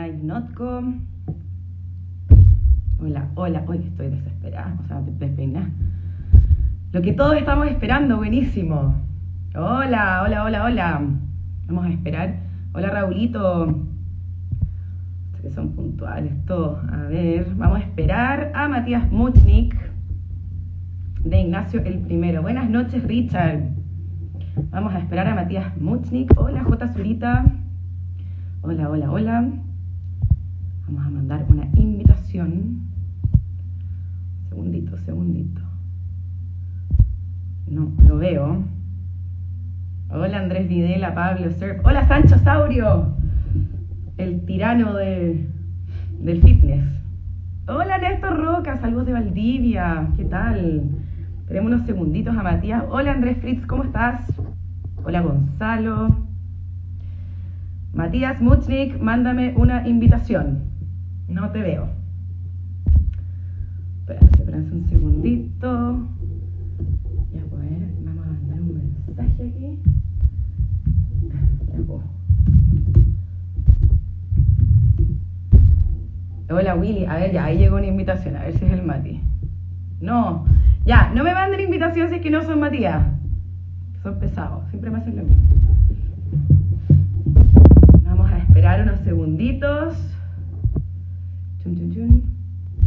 Live Notco. Hola, hola, hoy estoy desesperada, o sea, despeinada. Lo que todos estamos esperando, buenísimo. Hola, hola, hola, hola. Vamos a esperar. Hola, Raulito. Que son puntuales todos. A ver, vamos a esperar a Matías Muchnik de Ignacio el Primero. Buenas noches, Richard. Vamos a esperar a Matías Muchnik. Hola, J. Zurita. Hola, hola, hola. Vamos a mandar una invitación. Segundito, segundito. No, lo veo. Hola, Andrés Videla, Pablo Surf. Hola, Sancho Saurio, el tirano del fitness. Hola, Néstor Roca, saludos de Valdivia. ¿Qué tal? Tenemos unos segunditos a Matías. Hola, Andrés Fritz, ¿cómo estás? Hola, Gonzalo. Matías Muchnik, mándame una invitación. No te veo. Espérense un segundito. Ya pues, vamos a mandar un mensaje aquí. Ya pues. Hola, Willy. A ver, ya, ahí llegó una invitación. A ver si es el Mati. No, ya, no me manden invitación si es que no son Matías. Son pesados, siempre me hacen lo mismo. Vamos a esperar unos segunditos. Chun, chun, chun.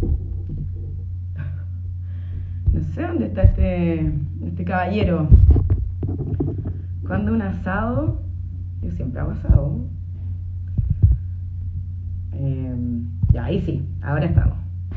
No sé dónde está este caballero. ¿Cuándo un asado? Yo siempre hago asado. Ya, ahí sí, ahora estamos.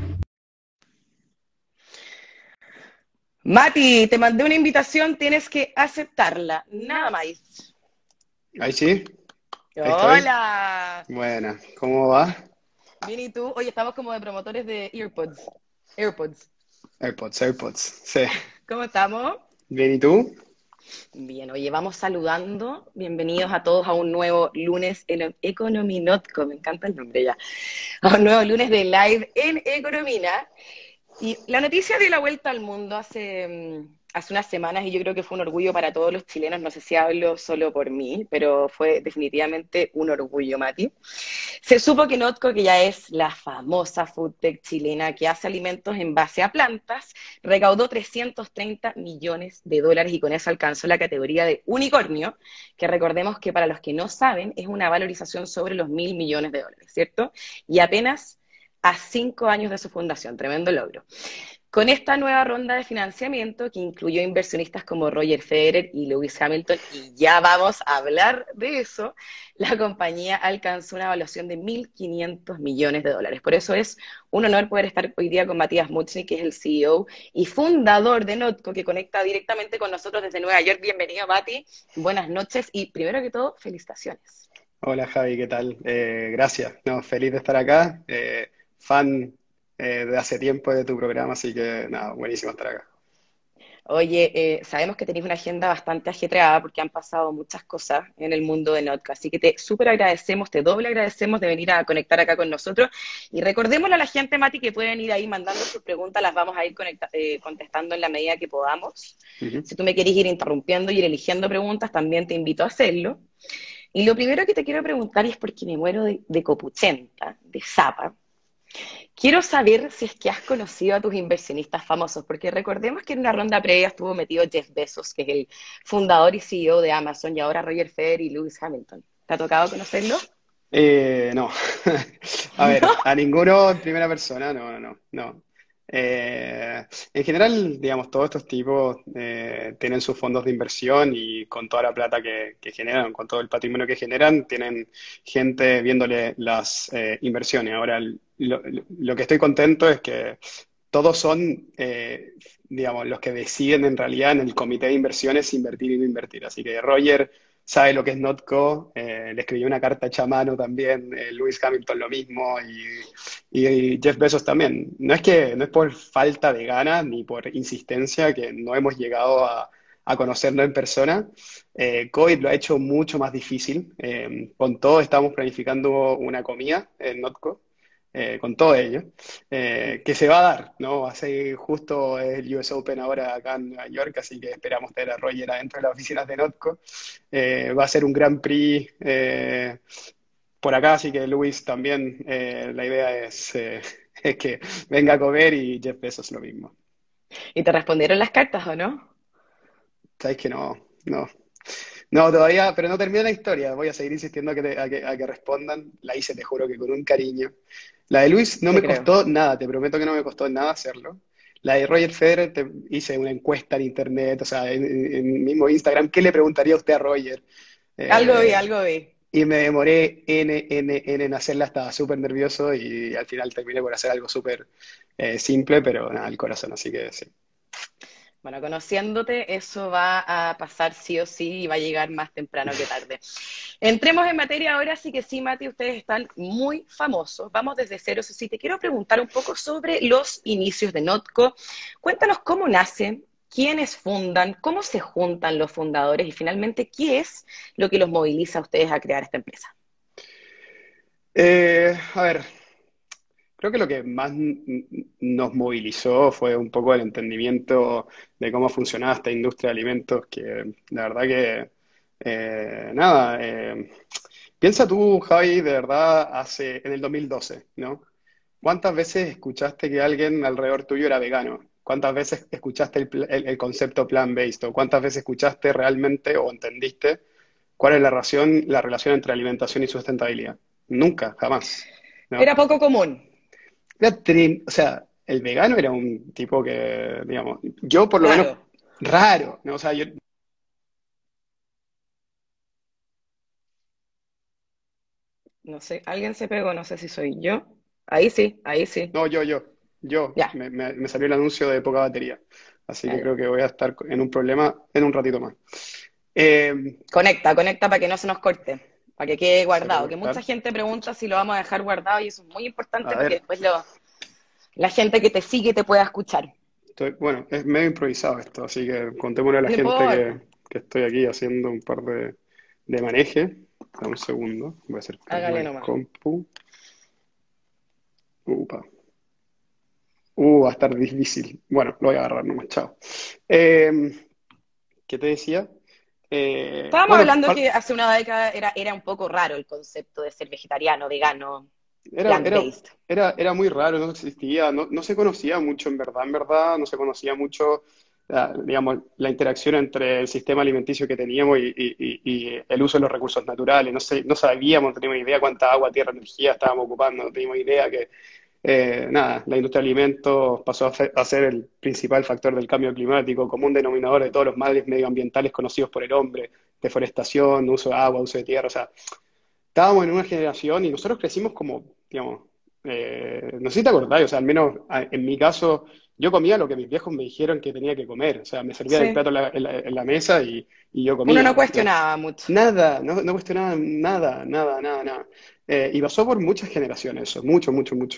Mati, te mandé una invitación, tienes que aceptarla. Nada más. Ahí sí, ahí estoy. Hola. Buena, ¿cómo va? Bien, ¿y tú? Oye, estamos como de promotores de AirPods. AirPods. AirPods, sí. ¿Cómo estamos? Bien, ¿y tú? Bien, oye, vamos saludando. Bienvenidos a todos a un nuevo lunes en Economy Notco. Me encanta el nombre ya. A un nuevo lunes de live en Economina. Y la noticia dio la vuelta al mundo hace unas semanas y yo creo que fue un orgullo para todos los chilenos. No sé si hablo solo por mí, pero fue definitivamente un orgullo, Mati. Se supo que Notco, que ya es la famosa foodtech chilena que hace alimentos en base a plantas, recaudó 330 millones de dólares y con eso alcanzó la categoría de unicornio, que recordemos que para los que no saben es una valorización sobre los 1.000 millones de dólares, ¿cierto? Y apenas a 5 años de su fundación, tremendo logro. Con esta nueva ronda de financiamiento que incluyó inversionistas como Roger Federer y Lewis Hamilton, y ya vamos a hablar de eso, la compañía alcanzó una evaluación de 1.500 millones de dólares. Por eso es un honor poder estar hoy día con Matías Muchnik, que es el CEO y fundador de Notco, que conecta directamente con nosotros desde Nueva York. Bienvenido, Mati. Buenas noches y primero que todo, felicitaciones. Hola Javi, ¿qué tal? Gracias, no, feliz de estar acá. Fan de hace tiempo de tu programa, así que nada, buenísimo estar acá. Oye, sabemos que tenéis una agenda bastante ajetreada porque han pasado muchas cosas en el mundo de Notco, así que te súper agradecemos, te doble agradecemos de venir a conectar acá con nosotros y recordémosle a la gente, Mati, que pueden ir ahí mandando sus preguntas, las vamos a ir contestando en la medida que podamos. Ujú. Si tú me querés ir interrumpiendo y ir eligiendo preguntas, también te invito a hacerlo. Y lo primero que te quiero preguntar, y es porque me muero de copuchenta, de zapa, quiero saber si es que has conocido a tus inversionistas famosos, porque recordemos que en una ronda previa estuvo metido Jeff Bezos, que es el fundador y CEO de Amazon, y ahora Roger Federer y Lewis Hamilton. ¿Te ha tocado conocerlo? No, a ¿No? ver, a ninguno en primera persona, no. En general, digamos, todos estos tipos tienen sus fondos de inversión y con toda la plata que generan, con todo el patrimonio que generan, tienen gente viéndole las inversiones. Ahora, lo que estoy contento es que todos son, digamos, los que deciden en realidad en el comité de inversiones invertir y no invertir. Así que Roger sabe lo que es Notco, le escribió una carta hecha a mano también, Lewis Hamilton lo mismo y Jeff Bezos también. No es por falta de ganas ni por insistencia que no hemos llegado a conocernos en persona. COVID lo ha hecho mucho más difícil. Con todo estamos planificando una comida en Notco. Con todo ello, que se va a dar, ¿no? Hace justo el US Open ahora acá en Nueva York, así que esperamos tener a Roger adentro de las oficinas de Notco. Va a ser un Grand Prix por acá, así que Luis también, la idea es que venga a comer y Jeff Bezos lo mismo. ¿Y te respondieron las cartas o no? ¿Sabes que no? No. No, todavía, pero no termina la historia. Voy a seguir insistiendo a que respondan. La hice, te juro que con un cariño. La de Luis no Te me creo. costó nada, te prometo que no me costó nada hacerlo. La de Roger Federer, hice una encuesta en internet, o sea, en mi mismo Instagram, ¿qué le preguntaría usted a Roger? Algo vi, Eh, algo vi. y me demoré N en hacerla, estaba súper nervioso y al final terminé por hacer algo súper simple, pero nada, el corazón, así que sí. Bueno, conociéndote, eso va a pasar sí o sí y va a llegar más temprano que tarde. Entremos en materia ahora, sí que sí, Mati, ustedes están muy famosos. Vamos desde cero, eso sí. Te quiero preguntar un poco sobre los inicios de Notco. Cuéntanos cómo nace, quiénes fundan, cómo se juntan los fundadores y finalmente qué es lo que los moviliza a ustedes a crear esta empresa. A ver, creo que lo que más nos movilizó fue un poco el entendimiento de cómo funcionaba esta industria de alimentos, que la verdad que, nada, piensa tú, Javi, de verdad, en el 2012, ¿no? ¿Cuántas veces escuchaste que alguien alrededor tuyo era vegano? ¿Cuántas veces escuchaste el concepto plant-based? ¿O cuántas veces escuchaste realmente o entendiste cuál es la relación entre alimentación y sustentabilidad? Nunca, jamás, ¿no? Era poco común, O sea, el vegano era un tipo que, digamos, yo por lo menos raro. raro, ¿no? O sea, No sé, alguien se pegó, no sé si soy yo. Ahí sí, ahí sí. no, yo, Ya, me salió el anuncio de poca batería, así ya, que ya. creo que voy a estar en un problema en un ratito más. Eh, Conecta, conecta para que no se nos corte, para que quede ¿Se va a guardado. Que mucha cortar? gente pregunta Chucha. si lo vamos a dejar guardado y eso es muy importante A para que ver, después la gente que te sigue te pueda escuchar. bueno, es medio improvisado esto, así que contémosle a la No gente importa, que estoy aquí haciendo un par de maneje. Dame un segundo, voy a acercar más hágale el nomás. compu. Upa. Va a estar difícil. Bueno, lo voy a agarrar nomás, chao. Eh, ¿Qué te decía? Estábamos Bueno, hablando que hace una década era un poco raro el concepto de ser vegetariano, vegano, era, era, plant-based. era muy raro, no existía, no se conocía mucho en verdad, no se conocía mucho, digamos, la interacción entre el sistema alimenticio que teníamos y el uso de los recursos naturales. No sabíamos, no teníamos idea cuánta agua, tierra, energía estábamos ocupando, no teníamos idea que, nada, la industria de alimentos pasó a ser el principal factor del cambio climático, común denominador de todos los males medioambientales conocidos por el hombre, deforestación, uso de agua, uso de tierra, o sea, estábamos en una generación y nosotros crecimos como, digamos, no sé si te acordás, o sea, al menos en mi caso, yo comía lo que mis viejos me dijeron que tenía que comer, o sea, me servían el Sí. plato en la mesa y yo Uno no comía, ¿no? cuestionaba mucho. Nada, no cuestionaba nada, nada, nada, nada. Y pasó por muchas generaciones eso, mucho, mucho, mucho.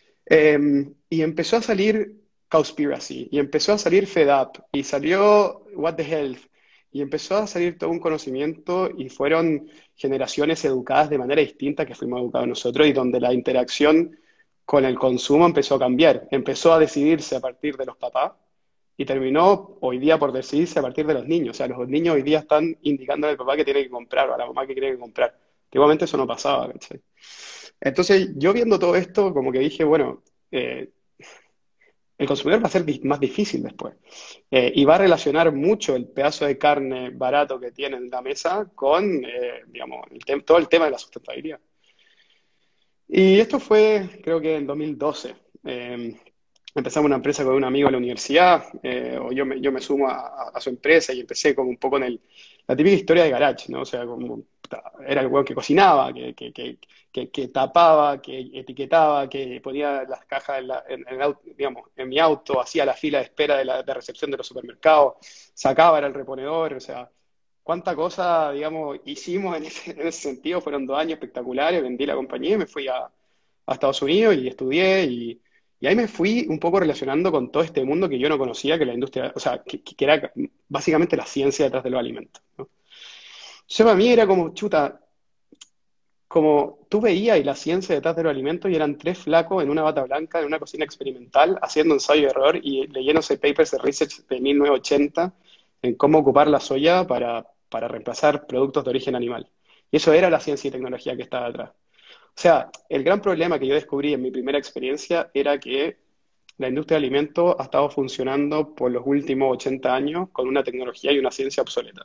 Y empezó a salir Cowspiracy, y empezó a salir Fed Up, y salió What the Health, y empezó a salir todo un conocimiento, y fueron generaciones educadas de manera distinta que fuimos educados nosotros, y donde la interacción con el consumo empezó a cambiar, empezó a decidirse a partir de los papás, y terminó hoy día por decidirse a partir de los niños. O sea, los niños hoy día están indicando al papá que tiene que comprar, o a la mamá que tiene que comprar. Antiguamente eso no pasaba, ¿cachai? Entonces, yo viendo todo esto, como que dije, bueno, eh, el consumidor va a ser más difícil después. Y va a relacionar mucho el pedazo de carne barato que tiene en la mesa con, digamos, todo el tema de la sustentabilidad. Y esto fue, creo que en 2012. Empezamos una empresa con un amigo en la universidad, o yo me sumo a su empresa y empecé como un poco la típica historia de garage, ¿no? O sea, como era el weón que cocinaba, que tapaba, que etiquetaba, que ponía las cajas en el auto, digamos, en mi auto, hacía la fila de espera de recepción de los supermercados, sacaba, era el reponedor, o sea, cuánta cosa, digamos, hicimos en ese sentido. Fueron 2 años espectaculares, vendí la compañía y me fui a Estados Unidos y estudié y ahí me fui un poco relacionando con todo este mundo que yo no conocía, que la industria, o sea, que era básicamente la ciencia detrás de los alimentos, ¿no? Entonces para mí era como, chuta, como tú veías y la ciencia detrás de los alimentos y eran tres flacos en una bata blanca, en una cocina experimental, haciendo ensayo y error y leyéndose papers de research de 1980 en cómo ocupar la soya para reemplazar productos de origen animal. Y eso era la ciencia y tecnología que estaba atrás. O sea, el gran problema que yo descubrí en mi primera experiencia era que la industria de alimentos ha estado funcionando por los últimos 80 años con una tecnología y una ciencia obsoleta.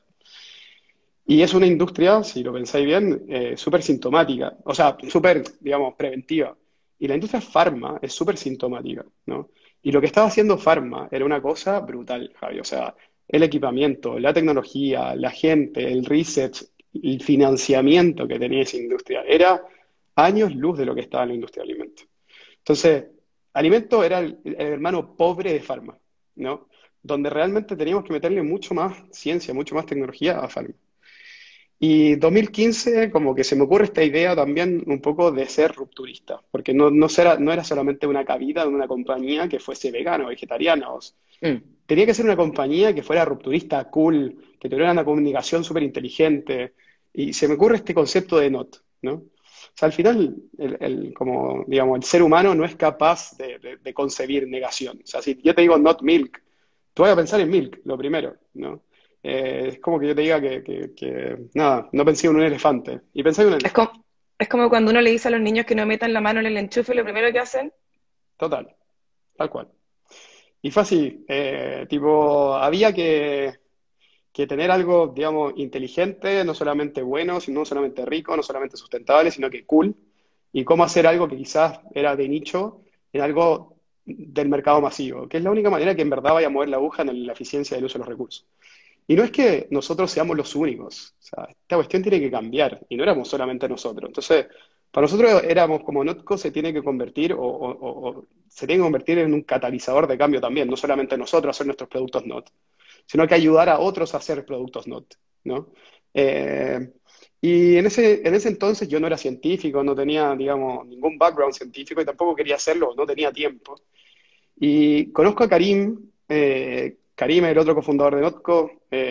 Y es una industria, si lo pensáis bien, súper sintomática, o sea, súper, digamos, preventiva. Y la industria farma es súper sintomática, ¿no? Y lo que estaba haciendo farma era una cosa brutal, Javi. O sea, el equipamiento, la tecnología, la gente, el research, el financiamiento que tenía esa industria, era años luz de lo que estaba en la industria de alimentos. Entonces, alimento era el hermano pobre de farma, ¿no? Donde realmente teníamos que meterle mucho más ciencia, mucho más tecnología a farma. Y 2015, como que se me ocurre esta idea también un poco de ser rupturista, porque no era solamente una cabida de una compañía que fuese vegana o vegetariana, Mm. tenía que ser una compañía que fuera rupturista, cool, que tuviera una comunicación súper inteligente, y se me ocurre este concepto de NOT, ¿no? O sea, al final, como, digamos, el ser humano no es capaz de concebir negación. O sea, si yo te digo not milk, tú vas a pensar en milk, lo primero, ¿no? Es como que yo te diga nada, no pensé en un elefante. Y pensé en un Es elefante. como, es como cuando uno le dice a los niños que no metan la mano en el enchufe, lo primero que hacen. Total, tal cual. Y fue así, tipo, había que tener algo, digamos, inteligente, no solamente bueno, sino no solamente rico, no solamente sustentable, sino que cool. Y cómo hacer algo que quizás era de nicho en algo del mercado masivo, que es la única manera que en verdad vaya a mover la aguja en la eficiencia del uso de los recursos. Y no es que nosotros seamos los únicos, o sea, esta cuestión tiene que cambiar, y no éramos solamente nosotros. Entonces, para nosotros éramos como Notco se tiene que convertir, o se tiene que convertir en un catalizador de cambio también, no solamente nosotros hacer nuestros productos Not, sino que ayudar a otros a hacer productos Not, ¿no? Eh, y en ese entonces yo no era científico, no tenía, digamos, ningún background científico y tampoco quería hacerlo, no tenía tiempo. Y conozco a Karim, Karim es el otro cofundador de Notco,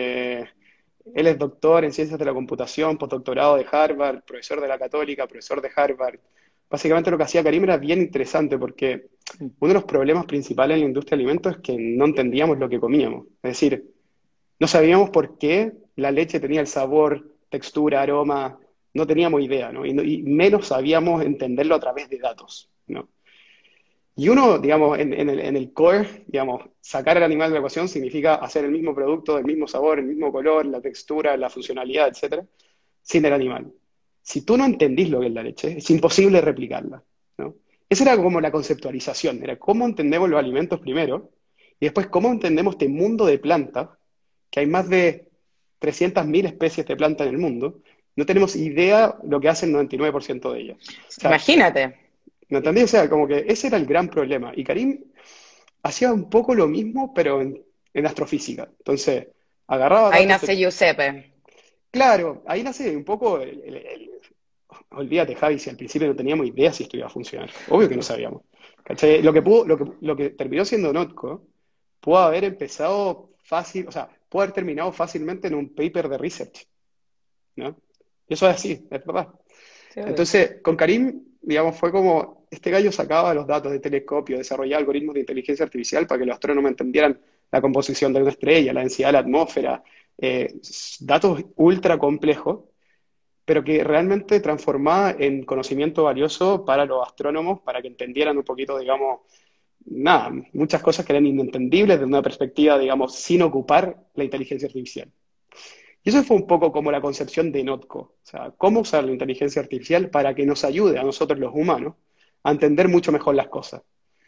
él es doctor en ciencias de la computación, postdoctorado de Harvard, profesor de la Católica, profesor de Harvard. Básicamente lo que hacía Karim era bien interesante porque uno de los problemas principales en la industria de alimentos es que no entendíamos lo que comíamos. Es decir, no sabíamos por qué la leche tenía el sabor, textura, aroma, no teníamos idea, ¿no? Y menos sabíamos entenderlo a través de datos, ¿no? Y uno, digamos, en el core, digamos, sacar el animal de la ecuación significa hacer el mismo producto, el mismo sabor, el mismo color, la textura, la funcionalidad, etcétera, sin el animal. Si tú no entendís lo que es la leche, es imposible replicarla, ¿no? Esa era como la conceptualización, era cómo entendemos los alimentos primero, y después cómo entendemos este mundo de plantas, que hay más de 300.000 especies de plantas en el mundo, no tenemos idea lo que hace el 99% de ellas. O sea, Imagínate. ¿me entendí? O sea, como que ese era el gran problema. Y Karim hacía un poco lo mismo, pero en astrofísica. Entonces, agarraba Ahí datos nace de... Giuseppe. Claro, ahí nace un poco olvídate, Javi, si al principio no teníamos idea si esto iba a funcionar. Obvio que no sabíamos. ¿Cachai? Lo que terminó siendo Notco, pudo haber empezado fácil, o sea, pudo haber terminado fácilmente en un paper de research, ¿no? Y eso es así, es verdad. Sí, obvio. Entonces, con Karim, digamos, fue como, este gallo sacaba los datos de telescopio, desarrollaba algoritmos de inteligencia artificial para que los astrónomos entendieran la composición de una estrella, la densidad de la atmósfera, datos ultra complejos, pero que realmente transformaba en conocimiento valioso para los astrónomos, para que entendieran un poquito, digamos, nada, muchas cosas que eran inentendibles desde una perspectiva, digamos, sin ocupar la inteligencia artificial. Y eso fue un poco como la concepción de Notco, o sea, cómo usar la inteligencia artificial para que nos ayude a nosotros los humanos a entender mucho mejor las cosas.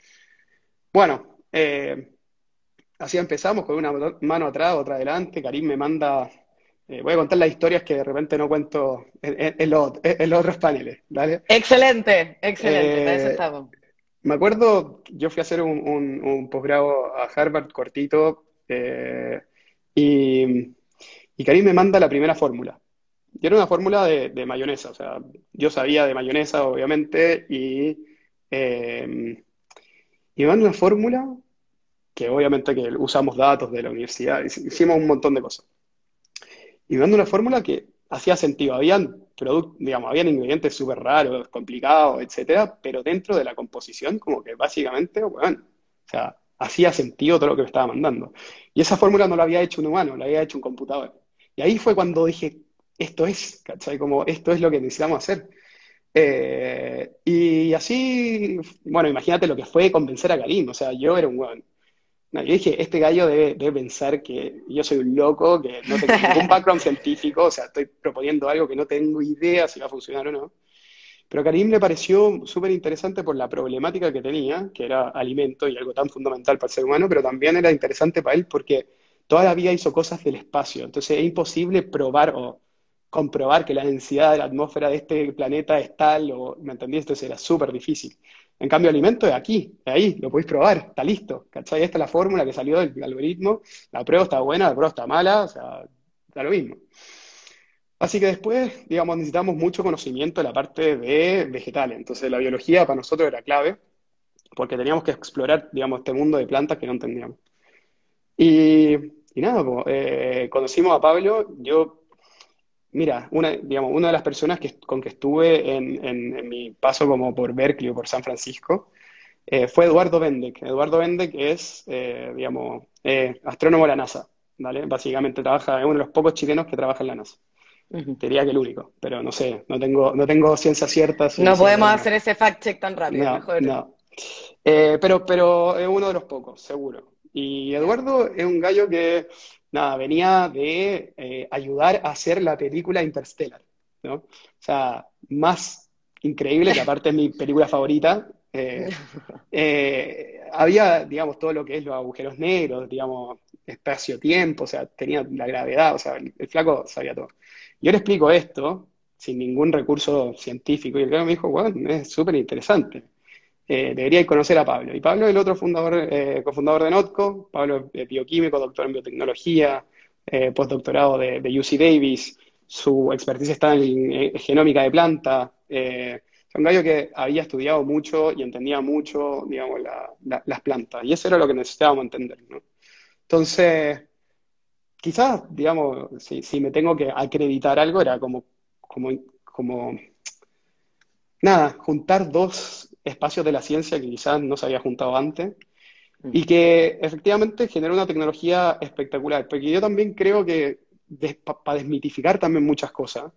Bueno, así empezamos con una mano atrás, otra adelante. Karim me manda, voy a contar las historias que de repente no cuento en los otros paneles, ¿vale? Excelente, excelente, para eso Eh, estamos. Me acuerdo, yo fui a hacer un posgrado a Harvard cortito y, y Karim me manda la primera fórmula. Y era una fórmula de mayonesa, o sea, yo sabía de mayonesa, obviamente, eh, y me manda una fórmula que obviamente que usamos datos de la universidad, hicimos un montón de cosas. Y me manda una fórmula que hacía sentido. Habían productos, digamos, habían ingredientes súper raros, complicados, etcétera, pero dentro de la composición, como que básicamente, bueno, o sea, hacía sentido todo lo que me estaba mandando. Y esa fórmula no la había hecho un humano, la había hecho un computador. Y ahí fue cuando dije, esto es, ¿cachai? Como esto es lo que necesitamos hacer. Y así, bueno, imagínate lo que fue convencer a Karim, o sea, yo era un weón. No, yo dije, este gallo debe pensar que yo soy un loco, que no tengo ningún background científico, o sea, estoy proponiendo algo que no tengo idea si va a funcionar o no. Pero a Karim le pareció súper interesante por la problemática que tenía, que era alimento y algo tan fundamental para el ser humano, pero también era interesante para él porque toda la vida hizo cosas del espacio. Entonces es imposible probar o comprobar que la densidad de la atmósfera de este planeta es tal, o, ¿me entendí? Entonces era súper difícil. En cambio, alimento es aquí, es ahí, lo podéis probar, está listo, ¿cachai? Esta es la fórmula que salió del algoritmo, la prueba está buena, la prueba está mala, o sea, da lo mismo. Así que después, digamos, necesitamos mucho conocimiento de la parte de vegetales. Entonces, la biología para nosotros era clave porque teníamos que explorar, digamos, este mundo de plantas que no entendíamos. Y, y nada, conocimos a Pablo. Yo, mira, digamos, una de las personas con que estuve en mi paso como por Berkeley o por San Francisco fue Eduardo Bendek. Eduardo Bendek es, digamos, astrónomo de la NASA, ¿vale? Básicamente trabaja, es uno de los pocos chilenos que trabaja en la NASA. Ujú. Te diría que el único, pero no sé, no tengo ciencia cierta No si es podemos verdad. hacer ese fact check tan rápido, No, mejor. no. Pero es uno de los pocos, seguro. Y Ya. Eduardo es un gallo que, nada, venía de ayudar a hacer la película Interstellar, ¿no? O sea, más increíble, que aparte es mi película favorita. Había, digamos, todo lo que es los agujeros negros, digamos, espacio-tiempo, o sea, tenía la gravedad, o sea, el flaco sabía todo. Yo le explico esto sin ningún recurso científico y el flaco me dijo, bueno, es súper interesante. Deberíais conocer a Pablo. Y Pablo es el otro cofundador de Notco. Pablo es bioquímico, doctor en biotecnología, postdoctorado de UC Davis. Su expertise está en genómica de planta. Es un gallo que había estudiado mucho y entendía mucho, digamos, las plantas. Y eso era lo que necesitábamos entender, ¿no? Entonces, quizás, digamos, si me tengo que acreditar algo, era como, como nada, juntar dos espacios de la ciencia que quizás no se había juntado antes Mm. y que efectivamente generó una tecnología espectacular. Porque yo también creo que para desmitificar también muchas cosas,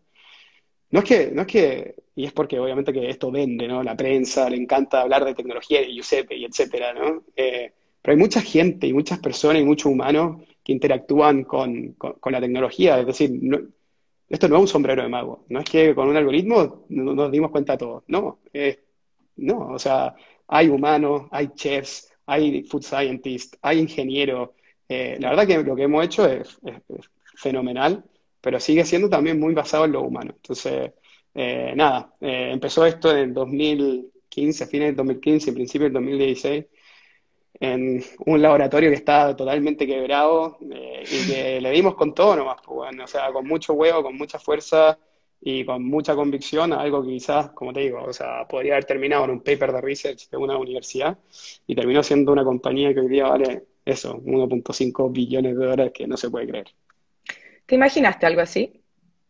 y es porque obviamente que esto vende, ¿no? La prensa le encanta hablar de tecnología de Giuseppe y etcétera, ¿no? Pero hay mucha gente y muchas personas y muchos humanos que interactúan con la tecnología, es decir, esto no es un sombrero de mago, no es que con un algoritmo nos dimos cuenta de todo, no, no, o sea, hay humanos, hay chefs, hay food scientists, hay ingenieros. La verdad que lo que hemos hecho es fenomenal, pero sigue siendo también muy basado en lo humano. Entonces, nada, empezó esto en el 2015, fines del 2015, principio del 2016 en un laboratorio que estaba totalmente quebrado y que le dimos con todo nomás, pues, bueno, o sea, con mucho huevo, con mucha fuerza y con mucha convicción, a algo que quizás, como te digo, o sea, podría haber terminado en un paper de research de una universidad y terminó siendo una compañía que hoy día vale eso, 1.5 billones de dólares que no se puede creer. ¿Te imaginaste algo así?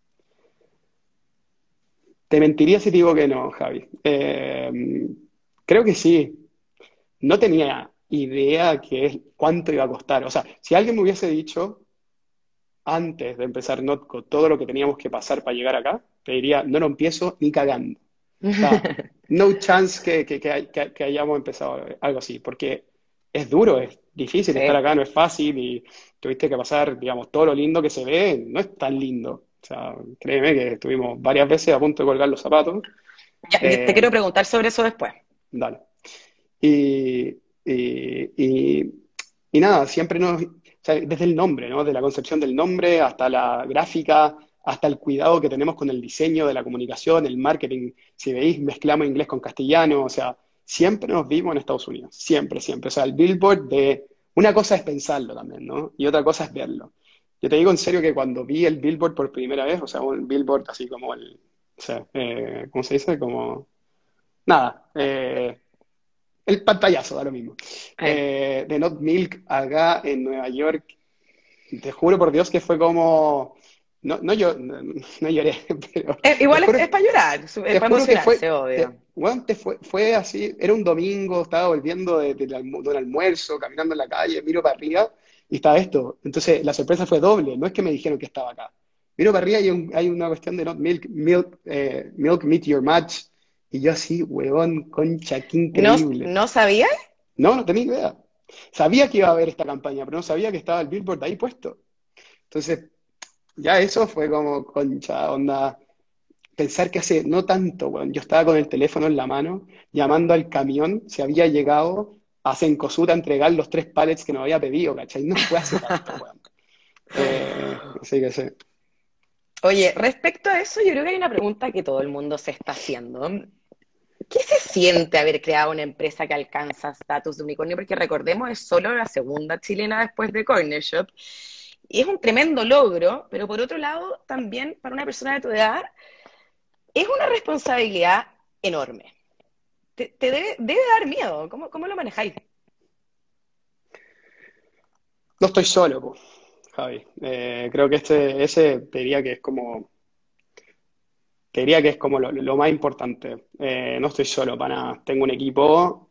Te mentiría si te digo que no, Javi. Creo que sí. No tenía idea cuánto iba a costar. O sea, si alguien me hubiese dicho antes de empezar Notco todo lo que teníamos que pasar para llegar acá, te diría, no lo empiezo ni cagando. O sea, no chance que hayamos empezado algo así, porque es duro, es difícil estar Sí. acá, no es fácil y tuviste que pasar, digamos, todo lo lindo que se ve, no es tan lindo. O sea, créeme que estuvimos varias veces a punto de colgar los zapatos. Ya, te Eh, quiero preguntar sobre eso después. Dale. Y, y, y- y nada, siempre o sea, desde el nombre, ¿no? De la concepción del nombre hasta la gráfica, hasta el cuidado que tenemos con el diseño de la comunicación, el marketing. Si veis, mezclamos inglés con castellano, o sea, siempre nos vimos en Estados Unidos, siempre, siempre. O sea, el billboard una cosa es pensarlo también, ¿no? Y otra cosa es verlo. Yo te digo en serio que cuando vi el billboard por primera vez, o sea, un billboard así como o sea, ¿cómo se dice? Como, nada, el pantallazo, da lo mismo. De Not Milk acá en Nueva York, te juro por Dios que fue como. No lloré, pero te Igual juro, es para llorar, es te para juro que emocionarse, obvio. weón, fue así. Era un domingo, estaba volviendo de un almuerzo, caminando en la calle, miro para arriba y estaba esto. Entonces la sorpresa fue doble, no es que me dijeron que estaba acá. Miro para arriba y hay una cuestión de Not Milk, Milk, Milk Meet Your Match. Y yo así, huevón, concha, qué ¿No, increíble. no sabías? No, no tenía idea. Sabía que iba a haber esta campaña, pero no sabía que estaba el Billboard ahí puesto. Entonces, ya eso fue como, concha, onda. Pensar que hace no tanto, weón, yo estaba con el teléfono en la mano, llamando al camión, se había llegado a Cencosud a entregar los 3 pallets que nos había pedido, ¿cachai? No fue hace tanto, weón. Así que sí. Oye, respecto a eso, yo creo que hay una pregunta que todo el mundo se está haciendo. ¿Qué se siente haber creado una empresa que alcanza estatus de unicornio? Porque recordemos, es solo la segunda chilena después de Corner Shop. Y es un tremendo logro, pero por otro lado, también para una persona de tu edad, es una responsabilidad enorme. Te debe dar miedo. ¿Cómo lo manejáis? No estoy solo, po, Javi. Creo que ese te diría que es como lo más importante. No estoy solo para nada. Tengo un equipo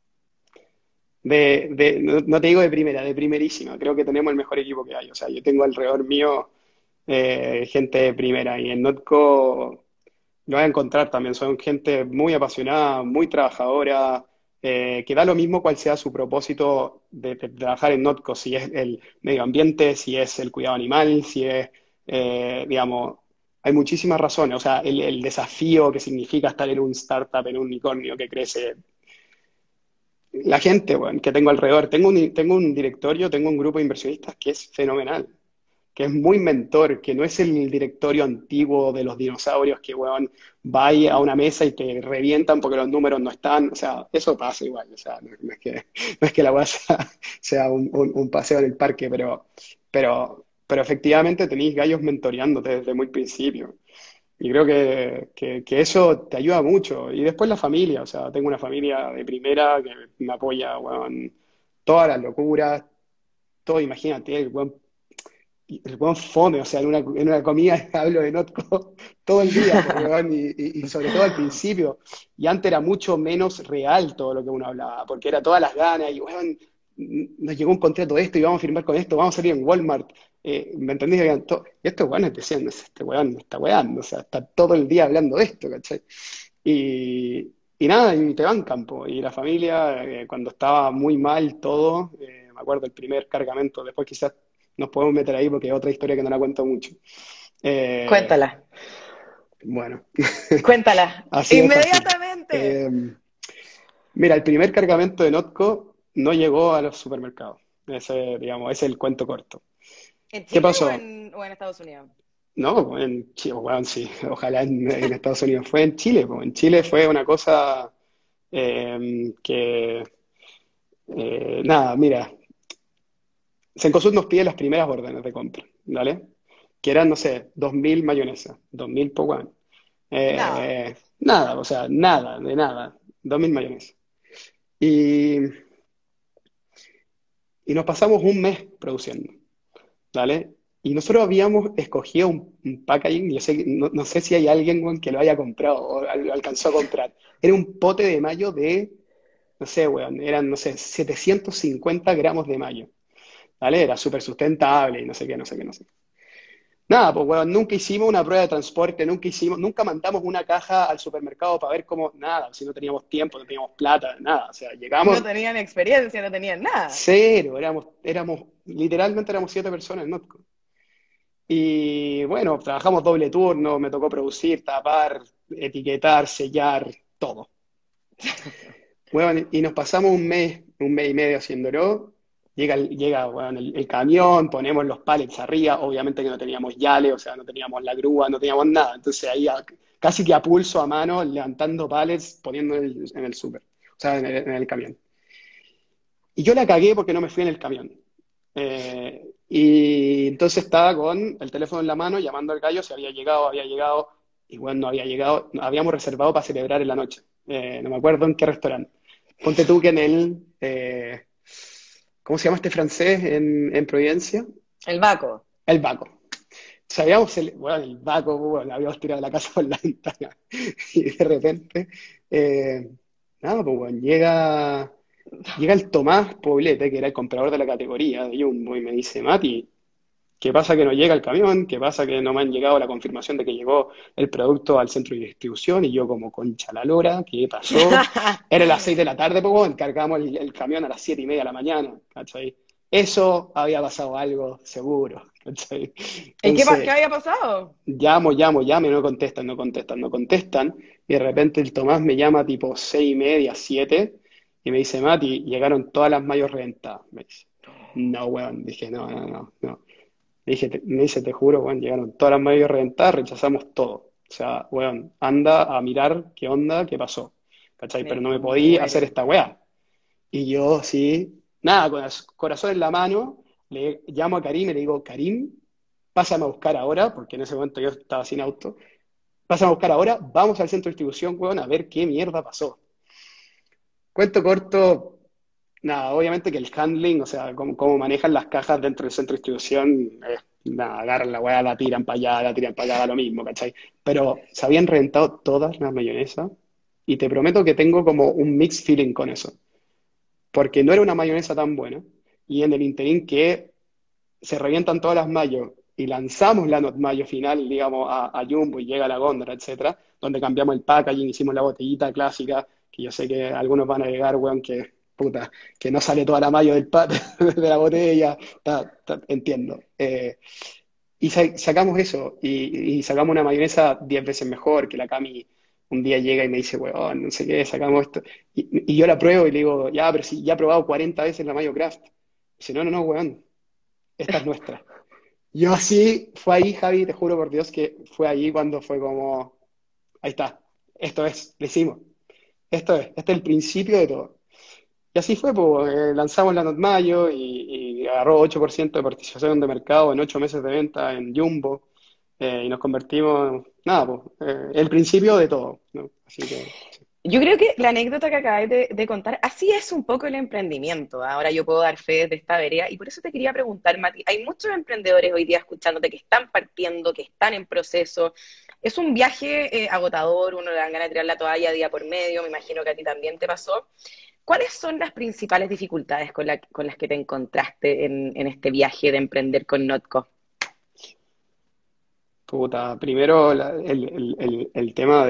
no te digo de primera, de primerísima. Creo que tenemos el mejor equipo que hay. O sea, yo tengo alrededor mío gente de primera y en Notco lo vas a encontrar también. Son gente muy apasionada, muy trabajadora, que da lo mismo cuál sea su propósito de trabajar en Notco, si es el medio ambiente, si es el cuidado animal, si es, digamos, hay muchísimas razones. O sea, el desafío que significa estar en un startup, en un unicornio que crece la gente, bueno, que tengo alrededor. Tengo un directorio, tengo un grupo de inversionistas que es fenomenal, que es muy mentor, que no es el directorio antiguo de los dinosaurios que, weón, va ahí a una mesa y te revientan porque los números no están. O sea, eso pasa igual. O sea, no es que la weá sea un paseo en el parque, pero efectivamente tenéis gallos mentoreándote desde muy principio. Y creo que eso te ayuda mucho. Y después la familia, o sea, tengo una familia de primera que me apoya, weón, todas las locuras, todo, imagínate, el buen fome, o sea, en una comida hablo de Notco todo el día, pues, weón, y sobre todo al principio. Y antes era mucho menos real todo lo que uno hablaba, porque era todas las ganas, y weón, nos llegó un contrato de esto y vamos a firmar con esto, vamos a salir en Walmart. ¿Me entendés? Y estos weones decían, este weón me está weando, o sea, está todo el día hablando de esto, ¿cachai? Y nada, y te van campo. Y la familia, cuando estaba muy mal todo, me acuerdo el primer cargamento, después quizás nos podemos meter ahí porque es otra historia que no la cuento mucho. Eh, Cuéntala, bueno, cuéntala, así es así. inmediatamente. Eh, Mira, el primer cargamento de Notco no llegó a los supermercados. Digamos, ese es el cuento corto. ¿En ¿Qué Chile o pasó? o en Estados Unidos? No, en Chile, bueno, sí, ojalá en Estados Unidos. Fue en Chile, pues. En Chile fue una cosa que, nada, mira, Cencosud nos pide las primeras órdenes de compra, ¿vale? Que eran, no sé, 2.000 mayonesas, 2.000 po, weón. Nada. Nada, o sea, nada, de nada, 2.000 mayonesas. Y, y nos pasamos un mes produciendo, ¿vale? Y nosotros habíamos escogido un packaging, yo sé, no sé si hay alguien, weón, que lo haya comprado o lo alcanzó a comprar. Era un pote de mayo de, no sé, weón, eran, no sé, 750 gramos de mayo, ¿vale? Era súper sustentable y no sé qué, no sé qué, no sé qué. Nada, pues weón, nunca hicimos una prueba de transporte, nunca mandamos una caja al supermercado para ver cómo, nada, si no teníamos tiempo, no teníamos plata, nada. O sea, No llegamos tenían experiencia, no tenían nada. cero, literalmente éramos 7 personas en Notco. Y bueno, trabajamos doble turno, me tocó producir, tapar, etiquetar, sellar, todo. Bueno, y nos pasamos un mes y medio haciéndolo. Llega bueno, el camión, ponemos los pallets arriba, obviamente que no teníamos yale, o sea, no teníamos la grúa, no teníamos nada. Entonces ahí casi que a pulso, a mano, levantando pallets, poniendo en el súper, o sea, en el camión. Y yo la cagué porque no me fui en el camión. Y entonces estaba con el teléfono en la mano, llamando al gallo, si había llegado, y bueno, no había llegado, habíamos reservado para celebrar en la noche. No me acuerdo en qué restaurante. Ponte tú que ¿cómo se llama este francés en Providencia? El Baco. El Baco. Bueno, el Baco, bueno, habíamos tirado la casa por la ventana. Y de repente, eh, nada, pues bueno, llega el Tomás Poblete, que era el comprador de la categoría de Jumbo, y me dice, Mati, ¿Qué pasa que no llega el camión? ¿Qué pasa que no me han llegado la confirmación de que llegó el producto al centro de distribución? Y yo como concha la lora, ¿qué pasó? Era las 6 de la tarde, pues bueno, cargamos el camión a las 7:30 de la mañana, ¿cachai? Eso había pasado algo seguro, ¿cachai? ¿Y qué Entonces, había pasado? llamo, y no contestan, no contestan, no contestan. Y de repente el Tomás me llama tipo 6:30, 7, y me dice, Mati, llegaron todas las mayos reventadas, me dice. No, weón, dije, no, no, no, no. Me dice, te juro, weón, llegaron todas las mayos reventadas, rechazamos todo. O sea, weón, anda a mirar qué onda, qué pasó. ¿Cachai? Me Pero no me podía hacer muero. esta weá. Y yo, sí, nada, con el corazón en la mano, le llamo a Karim y le digo, Karim, pásame a buscar ahora, porque en ese momento yo estaba sin auto, pásame a buscar ahora, vamos al centro de distribución, weón, a ver qué mierda pasó. Cuento corto, nada, obviamente que el handling, o sea, cómo manejan las cajas dentro del centro de distribución, nada, agarran la weá, la tiran para allá, la tiran para allá, da lo mismo, ¿cachai? Pero se habían reventado todas las mayonesas y te prometo que tengo como un mixed feeling con eso, porque no era una mayonesa tan buena y en el interín que se revientan todas las mayo y lanzamos la not mayo final, digamos, a Jumbo y llega la góndola, etcétera, donde cambiamos el packaging, hicimos la botellita clásica, que yo sé que algunos van a llegar, weón, que puta, que no sale toda la mayo del pack de la botella, entiendo. Y sacamos eso, y sacamos una mayonesa 10 veces mejor, que la Cami un día llega y me dice, weón, no sé qué, sacamos esto. Y yo la pruebo y le digo, ya, pero si ya he probado 40 veces la mayo craft. Dice, no, no, no, weón, esta es nuestra. Yo sí, fue ahí, Javi, te juro por Dios que fue ahí cuando fue como, ahí está, esto es, lo hicimos, esto es, este es el principio de todo. Y así fue, pues, lanzamos la Not Mayo y agarró 8% de participación de mercado en 8 meses de venta en Jumbo, y nos convertimos, nada, pues, el principio de todo, ¿no? Así que, sí. Yo creo que la anécdota que acabáis de contar, así es un poco el emprendimiento. Ahora yo puedo dar fe de esta vereda y por eso te quería preguntar, Mati, hay muchos emprendedores hoy día escuchándote que están partiendo, que están en proceso. Es un viaje agotador, uno le dan ganas de tirar la toalla día por medio, me imagino que a ti también te pasó. ¿Cuáles son las principales dificultades con las que te encontraste en este viaje de emprender con Notco? Puta, primero el tema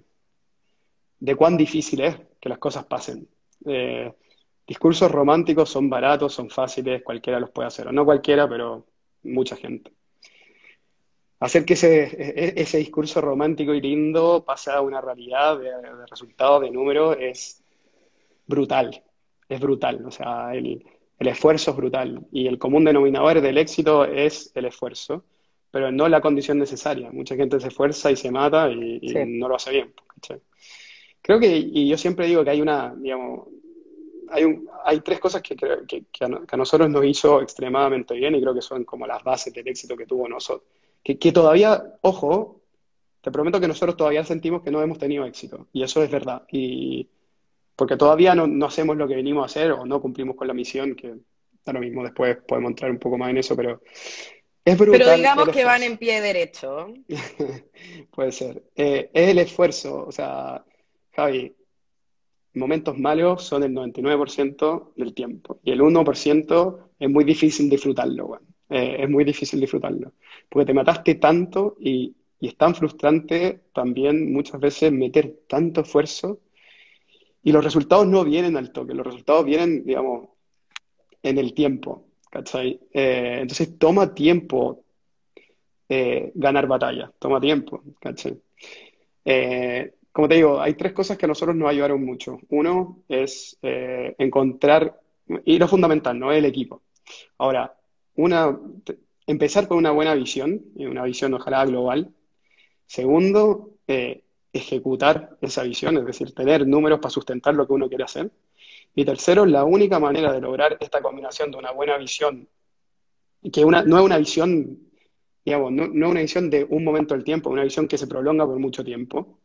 de cuán difícil es que las cosas pasen. Eh, Discursos románticos son baratos, son fáciles, cualquiera los puede hacer, o no cualquiera, pero mucha gente. Hacer que ese discurso romántico y lindo pase a una realidad de resultados, de números, brutal, es brutal, o sea, el esfuerzo es brutal y el común denominador del éxito es el esfuerzo, pero no la condición necesaria. Mucha gente se esfuerza y se mata y Sí. no lo hace bien, ¿cachai? Creo que, y yo siempre digo que hay una, digamos, hay tres cosas que a nosotros nos hizo extremadamente bien y creo que son como las bases del éxito que tuvo nosotros. Que todavía, ojo, te prometo que nosotros todavía sentimos que no hemos tenido éxito y eso es verdad. Y porque todavía no hacemos lo que venimos a hacer o no cumplimos con la misión, que da lo mismo, después podemos entrar un poco más en eso, pero es Pero brutal el digamos que van esfuerzo. en pie derecho. Puede ser. Es el esfuerzo, o sea, Javi, momentos malos son el 99% del tiempo y el 1% es muy difícil disfrutarlo, weón. Es muy difícil disfrutarlo, porque te mataste tanto y es tan frustrante también muchas veces meter tanto esfuerzo y los resultados no vienen al toque, los resultados vienen, digamos, en el tiempo, ¿cachai? Entonces toma tiempo ganar batalla, toma tiempo, ¿cachai? Como te digo, hay tres cosas que a nosotros nos ayudaron mucho. Uno es encontrar, y lo fundamental, ¿no? El equipo. Ahora, una, empezar con una buena visión, y una visión ojalá global. Segundo, ejecutar esa visión, es decir, tener números para sustentar lo que uno quiere hacer. Y tercero, la única manera de lograr esta combinación de una buena visión, no es una visión, digamos, no es una visión de un momento del tiempo, es una visión que se prolonga por mucho tiempo,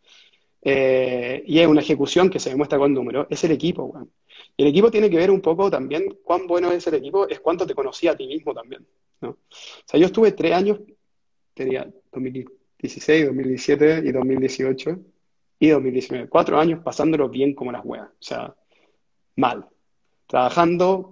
y es una ejecución que se demuestra con números, es el equipo, weón. Y el equipo tiene que ver un poco también cuán bueno es el equipo, es cuánto te conocía a ti mismo también, ¿no? O sea, yo estuve 3 años, tenía 2016, 2017 y 2018 y 2019, 4 años pasándolo bien como las weas, o sea, mal, trabajando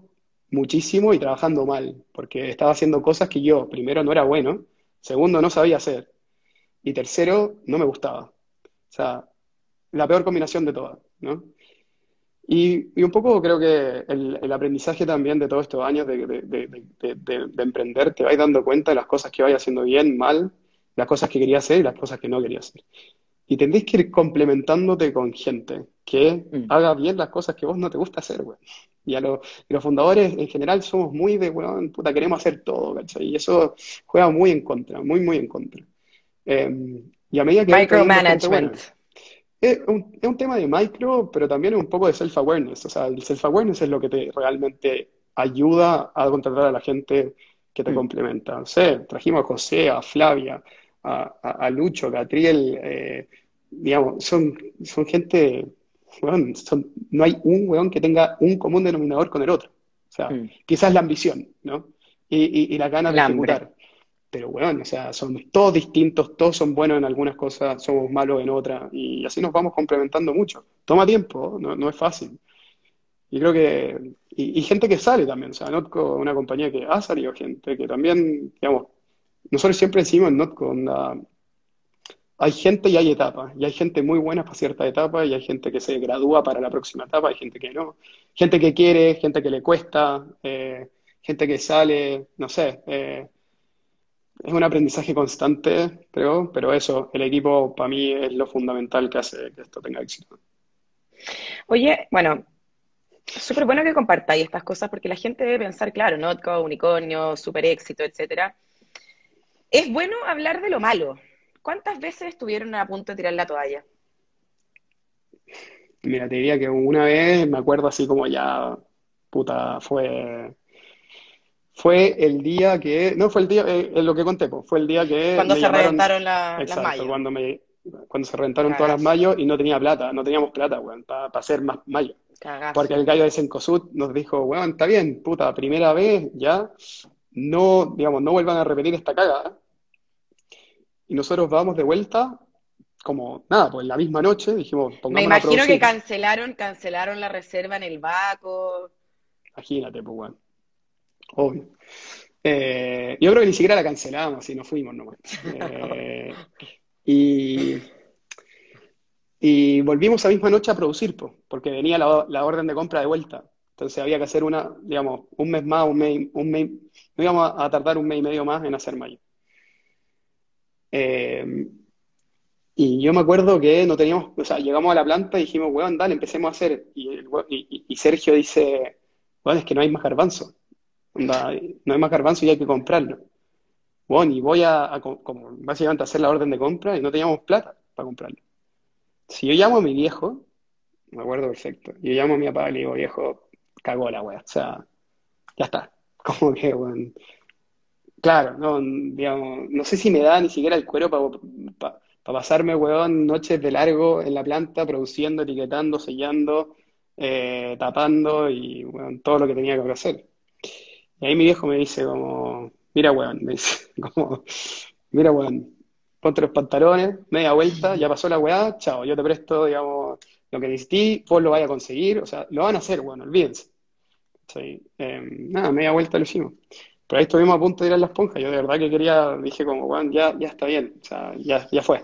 muchísimo y trabajando mal, porque estaba haciendo cosas que yo, primero, no era bueno, segundo, no sabía hacer, y tercero, no me gustaba. O sea, la peor combinación de todas, ¿no? Y un poco creo que el aprendizaje también de todos estos años de emprender, te vais dando cuenta de las cosas que vais haciendo bien, mal, las cosas que quería hacer y las cosas que no quería hacer. Y tendréis que ir complementándote con gente que Mm. haga bien las cosas que vos no te gusta hacer, güey. Y los fundadores en general somos muy de, weón, puta, queremos hacer todo, ¿cachai? Y eso juega muy en contra, muy, muy en contra. Y a medida que vais trayendo gente buena, Micromanagement. es un tema de micro, pero también es un poco de self-awareness. O sea, el self-awareness es lo que te realmente ayuda a contratar a la gente que te Mm. complementa. No sé, trajimos a José, a Flavia, a Lucho, a Catriel, digamos, son gente, weón, no hay un weón que tenga un común denominador con el otro. O sea, Mm. quizás la ambición, ¿no? Y las ganas El de hambre. ejecutar. Pero bueno, o sea, somos todos distintos, todos son buenos en algunas cosas, somos malos en otras, y así nos vamos complementando mucho. Toma tiempo, no, no es fácil. Y creo que, y gente que sale también, o sea, Notco es una compañía que ha salido gente, que también, digamos, nosotros siempre decimos en Notco, onda, hay gente y hay etapas, y hay gente muy buena para cierta etapa, y hay gente que se gradúa para la próxima etapa, hay gente que no. Gente que quiere, gente que le cuesta, gente que sale, no sé. Es un aprendizaje constante, creo, pero eso, el equipo para mí es lo fundamental que hace que esto tenga éxito. Oye, bueno, súper bueno que compartáis estas cosas porque la gente debe pensar, claro, Notco, unicornio, super éxito, etcétera. Es bueno hablar de lo malo. ¿Cuántas veces estuvieron a punto de tirar la toalla? Mira, te diría que una vez me acuerdo así como ya, puta, fue el día que, no fue el día, es lo que conté, pues, fue el día que Cuando me se llamaron, reventaron las exacto, mallos. cuando se reventaron todas las Cagazo, mallos y no tenía plata, no teníamos plata, weón, para hacer más mallos. Porque cagazo. el gallo de Cencosud nos dijo, weón, está bien, puta, primera vez ya, no, digamos, no vuelvan a repetir esta caga. Y nosotros vamos de vuelta, como nada, pues la misma noche dijimos, Me pongámonos a imagino que producir. cancelaron la reserva en el Baco. Imagínate, pues bueno, obvio. Yo creo que ni siquiera la cancelamos y nos fuimos nomás. Y, y volvimos esa misma noche a producir, pues, porque venía la orden de compra de vuelta. Entonces había que hacer una, digamos, un mes más, no íbamos a tardar un mes y medio más en hacer mayo. Eh, Y yo me acuerdo que no teníamos, o sea, llegamos a la planta y dijimos, weón, dale, empecemos a hacer. Y Sergio dice, weón, es que no hay más garbanzo. Onda, no hay más garbanzo y hay que comprarlo. Bueno, y voy como básicamente a hacer la orden de compra y no teníamos plata para comprarlo. Si yo llamo a mi viejo, me acuerdo perfecto, yo llamo a mi papá y le digo, viejo, cagó la wea, o sea, ya está. Como que, weón, claro, no, digamos, no sé si me da ni siquiera el cuero para pasarme, weón, noches de largo en la planta, produciendo, etiquetando, sellando, tapando y, weón, todo lo que tenía que hacer. Y ahí mi viejo me dice como, mira, weón, me dice, como, mira, weón, ponte los pantalones, media vuelta, ya pasó la weá, chao, yo te presto, digamos, lo que necesité, vos lo vais a conseguir, o sea, lo van a hacer, weón, olvídense. Sí. Nada, media vuelta lo hicimos. Pero ahí estuvimos a punto de ir a la esponja. Yo de verdad que quería, dije como, bueno, ya está bien. O sea, ya fue.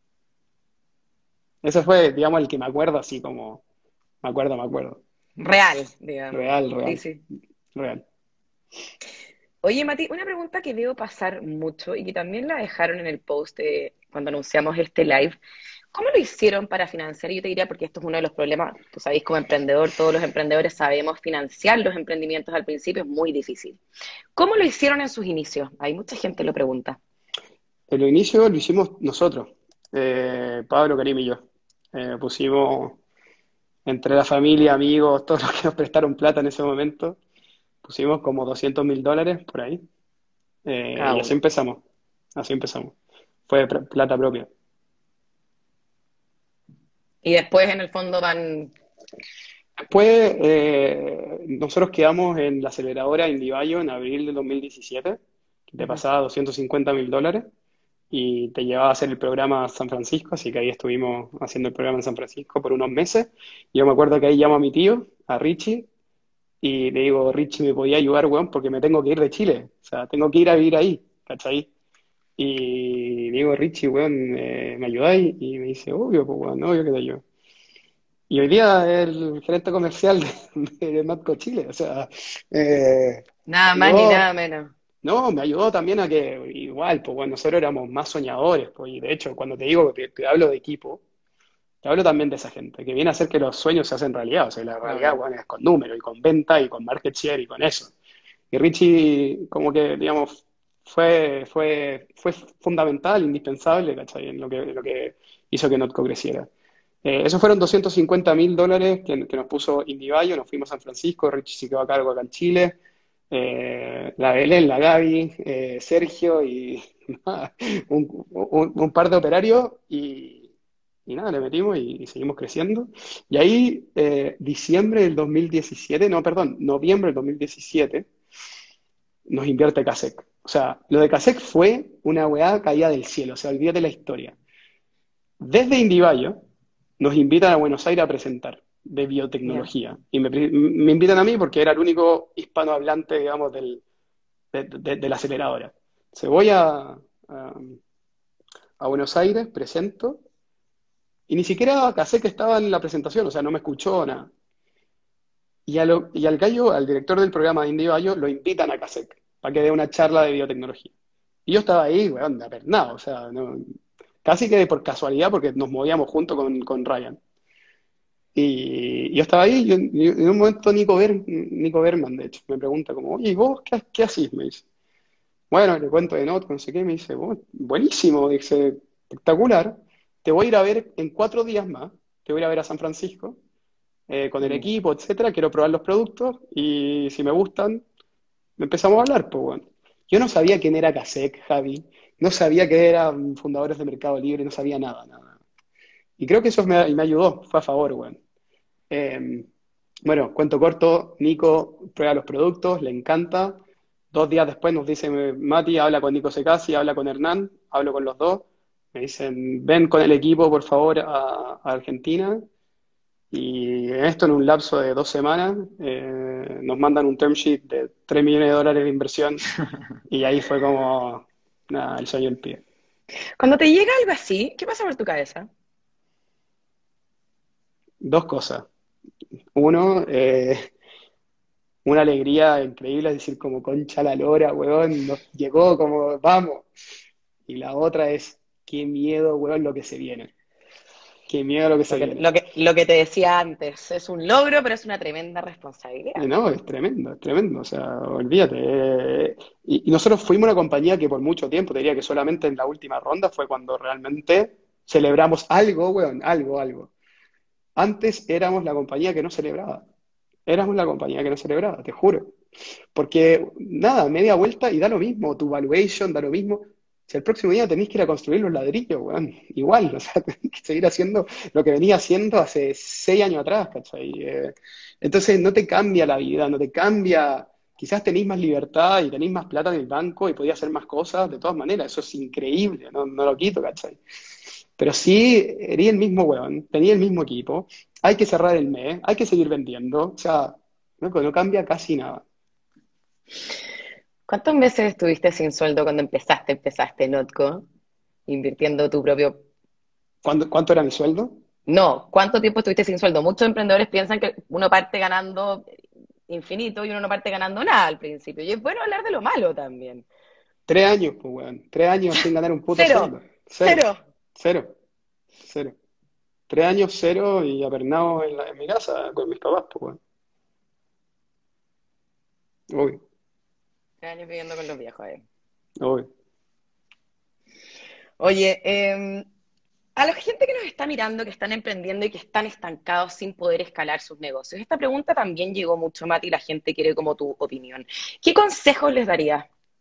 Ese fue, digamos, el que me acuerdo así como, me acuerdo. Real, digamos. Real, Sí, real, sí. real. Oye, Mati, una pregunta que veo pasar mucho y que también la dejaron en el post cuando anunciamos este live. ¿Cómo lo hicieron para financiar? Yo te diría, porque esto es uno de los problemas, tú sabéis, como emprendedor, todos los emprendedores sabemos financiar los emprendimientos al principio es muy difícil. ¿Cómo lo hicieron en sus inicios? Hay mucha gente lo pregunta. En el inicio lo hicimos nosotros, Pablo, Karim y yo. Pusimos entre la familia, amigos, todos los que nos prestaron plata en ese momento, pusimos como $200.000 por ahí. Cada Y así uno. empezamos. Así empezamos. Fue plata propia. Y después, en el fondo, van. Después, nosotros quedamos en la aceleradora Indivallo en abril del 2017, que te Ujú. pasaba $250.000 y te llevaba a hacer el programa a San Francisco, así que ahí estuvimos haciendo el programa en San Francisco por unos meses. Y yo me acuerdo que ahí llamo a mi tío, a Richie, Y le digo, Richie, ¿me podía ayudar, weón? Porque me tengo que ir de Chile. O sea, tengo que ir a vivir ahí, ¿cachai? Y le digo, Richie, weón, ¿me ayudáis? Y me dice, obvio, pues, weón, obvio que te ayudo. Y hoy día es el gerente comercial de Matco Chile. O sea, me Nada más ni nada ayudó, menos. no, me ayudó también a que, igual, pues, bueno, nosotros éramos más soñadores, pues, y de hecho, cuando te digo que te hablo de equipo, te hablo también de esa gente, que viene a hacer que los sueños se hacen realidad. O sea, la realidad, Obvio. bueno, es con números y con venta y con market share y con eso. Y Richie, como que, digamos, fue fundamental, indispensable, ¿cachai? En lo que hizo que Notco creciera. Esos fueron $250.000 que nos puso Indivallo, nos fuimos a San Francisco, Richie se quedó a cargo acá en Chile, la Belén, la Gaby, Sergio y nada, un par de operarios y nada, le metimos y seguimos creciendo. Y ahí, diciembre del 2017, no, perdón, noviembre del 2017, nos invierte Casec. O sea, lo de Casec fue una weá caída del cielo, o sea, olvídate la historia. Desde Indivallo nos invitan a Buenos Aires a presentar de Ya. biotecnología. Y me invitan a mí porque era el único hispanohablante, digamos, de la aceleradora. Se voy a Buenos Aires, presento, y ni siquiera Casec estaba en la presentación, o sea, no me escuchó nada. Y al gallo, al director del programa de Indivallo, lo invitan a Casec para que dé una charla de biotecnología. Y yo estaba ahí, weón, de apernado, o sea, casi que por casualidad, porque nos movíamos junto con Ryan. Y yo estaba ahí, y en un momento Nico Berman, de hecho, me pregunta como, oye, ¿y vos qué hacís? Me dice. Bueno, le cuento de Not, no sé qué, me dice, buenísimo, dice, espectacular, te voy a ir a ver en 4 días más, te voy a ir a ver a San Francisco, con el Mm. equipo, etcétera, quiero probar los productos, y si me gustan, empezamos a hablar, pues bueno. Yo no sabía quién era Kasek, Javi, no sabía que eran fundadores de Mercado Libre, no sabía nada, nada. Y creo que eso me ayudó, fue a favor, weón. Eh, bueno, cuento corto, Nico prueba los productos, le encanta. 2 días después nos dice, Mati, habla con Nico Secasi, habla con Hernán, hablo con los dos. Me dicen, ven con el equipo, por favor, a Argentina. Y esto en un lapso de 2 semanas, nos mandan un term sheet de $3 millones de inversión. Y ahí fue como, nada, el sueño en pie. Cuando te llega algo así, ¿qué pasa por tu cabeza? Dos cosas. Uno, una alegría increíble, es decir, como concha la lora, weón, nos llegó como, vamos. Y la otra es, qué miedo, weón, lo que se viene. Qué miedo lo que se viene. Lo que te decía antes, es un logro, pero es una tremenda responsabilidad. No, es tremendo, es tremendo. O sea, olvídate. Y nosotros fuimos una compañía que por mucho tiempo, te diría que solamente en la última ronda fue cuando realmente celebramos algo, weón, algo, algo. Antes éramos la compañía que no celebraba. Éramos la compañía que no celebraba, te juro. Porque nada, media vuelta y da lo mismo, tu valuation da lo mismo. Si el próximo día tenés que ir a construir los ladrillos, weón, igual, o sea, tenés que seguir haciendo lo que venía haciendo hace 6 años atrás, ¿cachai? Entonces no te cambia la vida, no te cambia. Quizás tenéis más libertad y tenéis más plata en el banco y podías hacer más cosas, de todas maneras, eso es increíble, no lo quito, ¿cachai? Pero sí, erí el mismo weón, tenía el mismo equipo, hay que cerrar el mes, hay que seguir vendiendo, o sea, no cambia casi nada. ¿Cuántos meses estuviste sin sueldo cuando empezaste Notco, invirtiendo tu propio... ¿Cuánto era mi sueldo? No, ¿cuánto tiempo estuviste sin sueldo? Muchos emprendedores piensan que uno parte ganando infinito y uno no parte ganando nada al principio. Y es bueno hablar de lo malo también. 3 años, pues, weón. 3 años sin ganar un puto Cero, sueldo. Cero, cero. cero, cero. 3 años cero y apernado en mi casa con mis papás, pues, weón. Obvio, 3 años viviendo con los viejos, eh. obvio. Oye, a la gente que nos está mirando, que están emprendiendo y que están estancados sin poder escalar sus negocios, esta pregunta también llegó mucho, Mati, y la gente quiere como tu opinión. ¿Qué consejos les darías?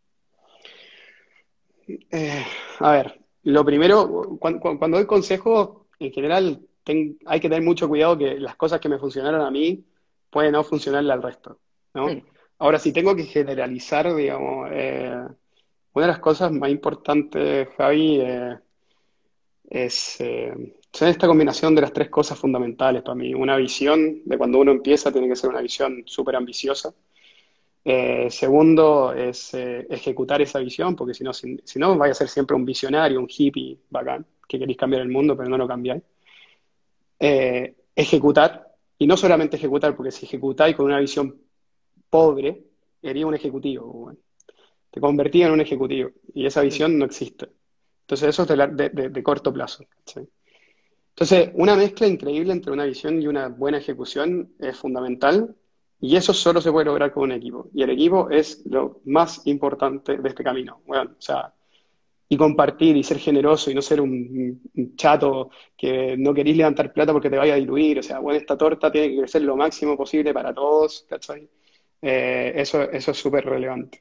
Eh, a ver, lo primero, cuando doy consejos, en general hay que tener mucho cuidado que las cosas que me funcionaron a mí pueden no funcionarle al resto, ¿no? Hmm. Ahora, si tengo que generalizar, digamos, una de las cosas más importantes, Javi, son esta combinación de las tres cosas fundamentales para mí. Una visión de cuando uno empieza tiene que ser una visión súper ambiciosa. Segundo es ejecutar esa visión, porque si no, vaya a ser siempre un visionario, un hippie bacán, que queréis cambiar el mundo, pero no lo cambiáis. Ejecutar, y no solamente ejecutar, porque si ejecutáis con una visión pobre, sería un ejecutivo. Bueno, te convertí en un ejecutivo, y esa Mm. visión no existe. Entonces eso es de corto plazo. ¿Sí? Entonces, una mezcla increíble entre una visión y una buena ejecución es fundamental, y eso solo se puede lograr con un equipo. Y el equipo es lo más importante de este camino. Bueno, o sea, y compartir y ser generoso y no ser un chato que no querís levantar plata porque te vaya a diluir. O sea, bueno, esta torta tiene que crecer lo máximo posible para todos, ¿cachai? Eso es súper relevante.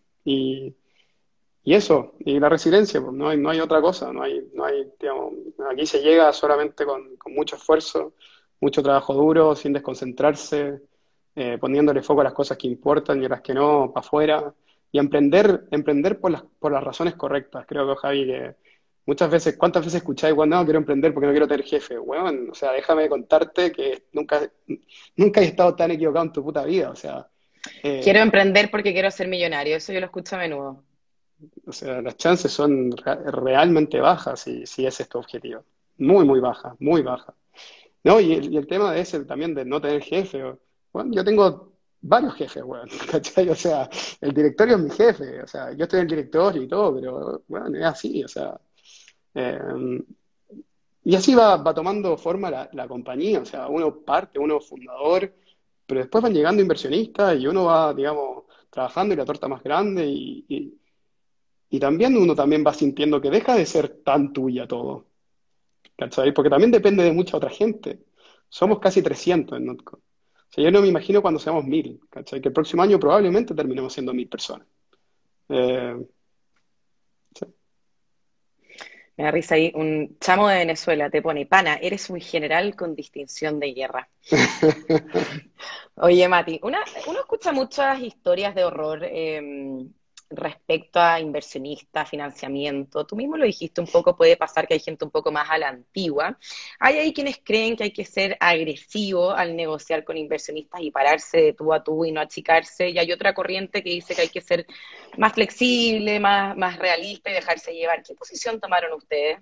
Y eso, y la resiliencia, pues no hay otra cosa, digamos, aquí se llega solamente con mucho esfuerzo, mucho trabajo duro, sin desconcentrarse, poniéndole foco a las cosas que importan y a las que no, para afuera, y emprender por las razones correctas. Creo que, Javi, que muchas veces, ¿cuántas veces escucháis, bueno, no, quiero emprender porque no quiero tener jefe? Bueno, o sea, déjame contarte que nunca he estado tan equivocado en tu puta vida, Quiero eh, emprender porque quiero ser millonario, eso yo lo escucho a menudo. O sea, las chances son realmente bajas si ese es tu objetivo. Muy, muy bajas, muy bajas. No, y el tema de ese también de no tener jefe. Bueno, yo tengo varios jefes, weón, ¿cachai? O sea, el directorio es mi jefe, o sea, yo estoy en el directorio y todo, pero bueno, es así, o sea. eh, y así va tomando forma la compañía, o sea, uno parte, uno fundador, pero después van llegando inversionistas y uno va, digamos, trabajando y la torta más grande y también uno también va sintiendo que deja de ser tan tuya todo, ¿cachai? Porque también depende de mucha otra gente. Somos casi 300 en Notco. O sea, yo no me imagino cuando seamos 1000, ¿cachai? Que el próximo año probablemente terminemos siendo 1000 personas. Eh, sí. Me da risa ahí, un chamo de Venezuela te pone, pana, eres un general con distinción de guerra. Oye, Mati, uno escucha muchas historias de horror respecto a inversionistas, financiamiento. Tú mismo lo dijiste un poco, puede pasar que hay gente un poco más a la antigua. Hay ahí quienes creen que hay que ser agresivo al negociar con inversionistas y pararse de tú a tú y no achicarse. Y hay otra corriente que dice que hay que ser más flexible, más realista y dejarse llevar. ¿Qué posición tomaron ustedes?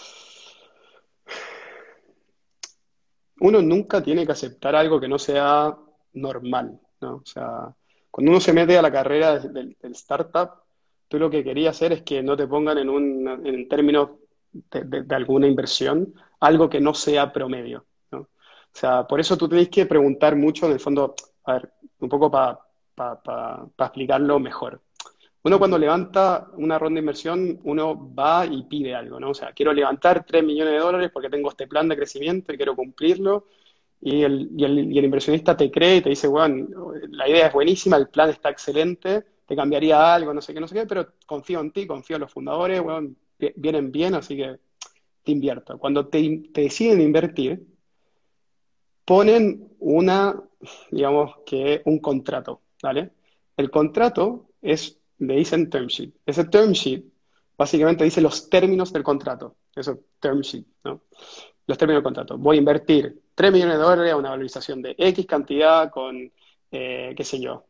Uno nunca tiene que aceptar algo que no sea normal, ¿no? O sea, cuando uno se mete a la carrera del startup, tú lo que querías hacer es que no te pongan en términos de alguna inversión, algo que no sea promedio, ¿no? O sea, por eso tú tenés que preguntar mucho, en el fondo, a ver, un poco para explicarlo mejor. Uno cuando Ujú. levanta una ronda de inversión, uno va y pide algo, ¿no? O sea, quiero levantar 3 millones de dólares porque tengo este plan de crecimiento y quiero cumplirlo. Y el inversionista te cree y te dice, bueno, la idea es buenísima, el plan está excelente, te cambiaría algo, no sé qué, pero confío en ti, confío en los fundadores, bueno, vienen bien, así que te invierto. Cuando te deciden invertir, ponen digamos que un contrato, ¿vale? El contrato le dicen term sheet. Ese term sheet básicamente dice los términos del contrato. Eso, term sheet, ¿no? Los términos del contrato. Voy a invertir 3 millones de dólares a una valorización de X cantidad con, qué sé yo,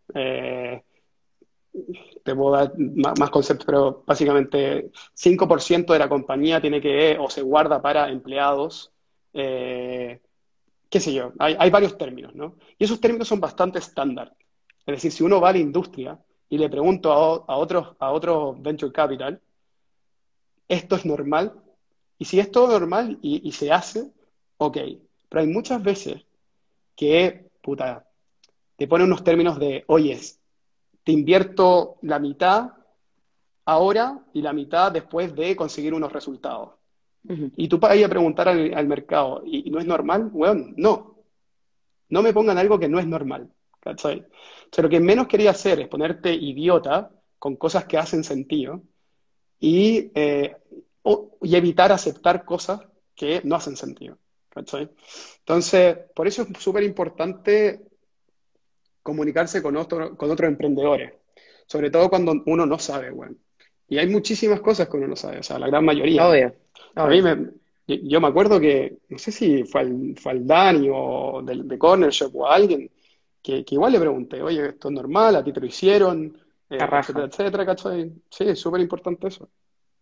te puedo dar más conceptos, pero básicamente 5% de la compañía tiene que, o se guarda para empleados, eh, qué sé yo, hay varios términos, ¿no? Y esos términos son bastante estándar. Es decir, si uno va a la industria y le pregunto a otros venture capital, ¿esto es normal? Y si es todo normal y se hace, ok. Pero hay muchas veces que, puta, te ponen unos términos de, oye, te invierto la mitad ahora y la mitad después de conseguir unos resultados. Ujú. Y tú vas a preguntar al mercado, ¿y no es normal? Bueno, no me pongan algo que no es normal, ¿cachai? O sea, lo que menos quería hacer es ponerte idiota con cosas que hacen sentido y, y evitar aceptar cosas que no hacen sentido, ¿cachai? Entonces, por eso es súper importante comunicarse con otros emprendedores, sobre todo cuando uno no sabe, bueno. Y hay muchísimas cosas que uno no sabe, o sea, la gran mayoría. Obvio, A mí obvio. Yo me acuerdo que, no sé si fue al Dani o de Corner Shop o a alguien, que igual le pregunté, oye, ¿esto es normal? ¿A ti te lo hicieron? La Etcétera, raja. etcétera, ¿cachai? Sí, es súper importante eso.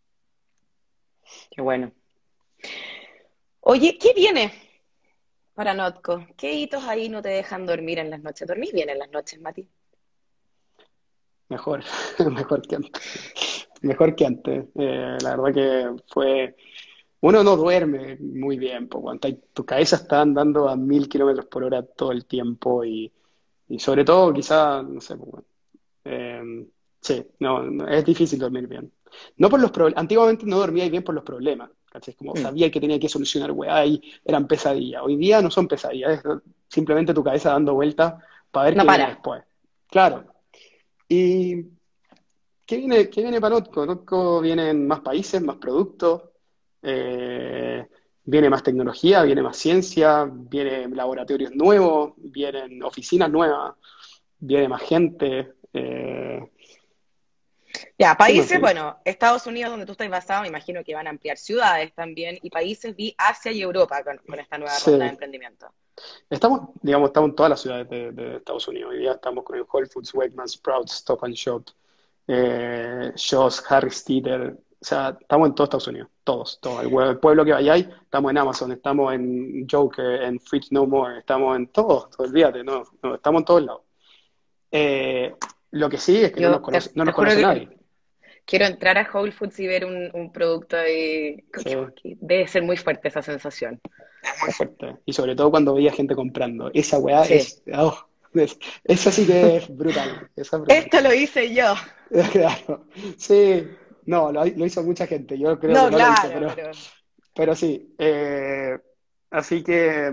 Qué bueno. Oye, ¿qué viene para Notco? ¿Qué hitos ahí no te dejan dormir en las noches? ¿Dormís bien en las noches, Mati? Mejor, mejor que antes. Mejor que antes. La verdad que fue. Uno no duerme muy bien, porque tu cabeza está andando a 1000 km/h todo el tiempo y sobre todo, quizá, no sé, pues, bueno, sí, es difícil dormir bien. No por los antiguamente no dormía bien por los problemas, ¿cachai? Como Mm. sabía que tenía que solucionar weá y eran pesadillas. Hoy día no son pesadillas, es simplemente tu cabeza dando vueltas para ver No qué viene para. después. Claro. ¿Y qué viene para Notco? Notco vienen más países, más productos, eh, viene más tecnología, viene más ciencia, vienen laboratorios nuevos, vienen oficinas nuevas, viene más gente. Ya, ¿Qué más países, viene? bueno, Estados Unidos, donde tú estás basado, me imagino que van a ampliar ciudades también, y países vi Asia y Europa con esta nueva ronda de Sí. emprendimiento. Estamos en todas las ciudades de Estados Unidos. Hoy día estamos con el Whole Foods, Wegmans, Sprouts, Stop and Shop, Joe's, Harris Teeter. O sea, estamos en todo Estados Unidos. Todos, todos. El pueblo que vayáis, estamos en Amazon, estamos en Joker, en Fridge No More, estamos en todos. Olvídate, no, estamos en todos lados. Eh, lo que sí es que Yo no te nos juro conoce que nadie. quiero entrar a Whole Foods y ver un producto ahí. Sí, Que debe ser muy fuerte esa sensación. muy fuerte. Y sobre todo cuando veía gente comprando. Esa weá Sí. esa sí que es brutal. Esa es brutal. Esto lo hice yo. Claro, sí, no, lo hizo mucha gente, yo creo que No, no lo hice, claro, pero pero sí. Así que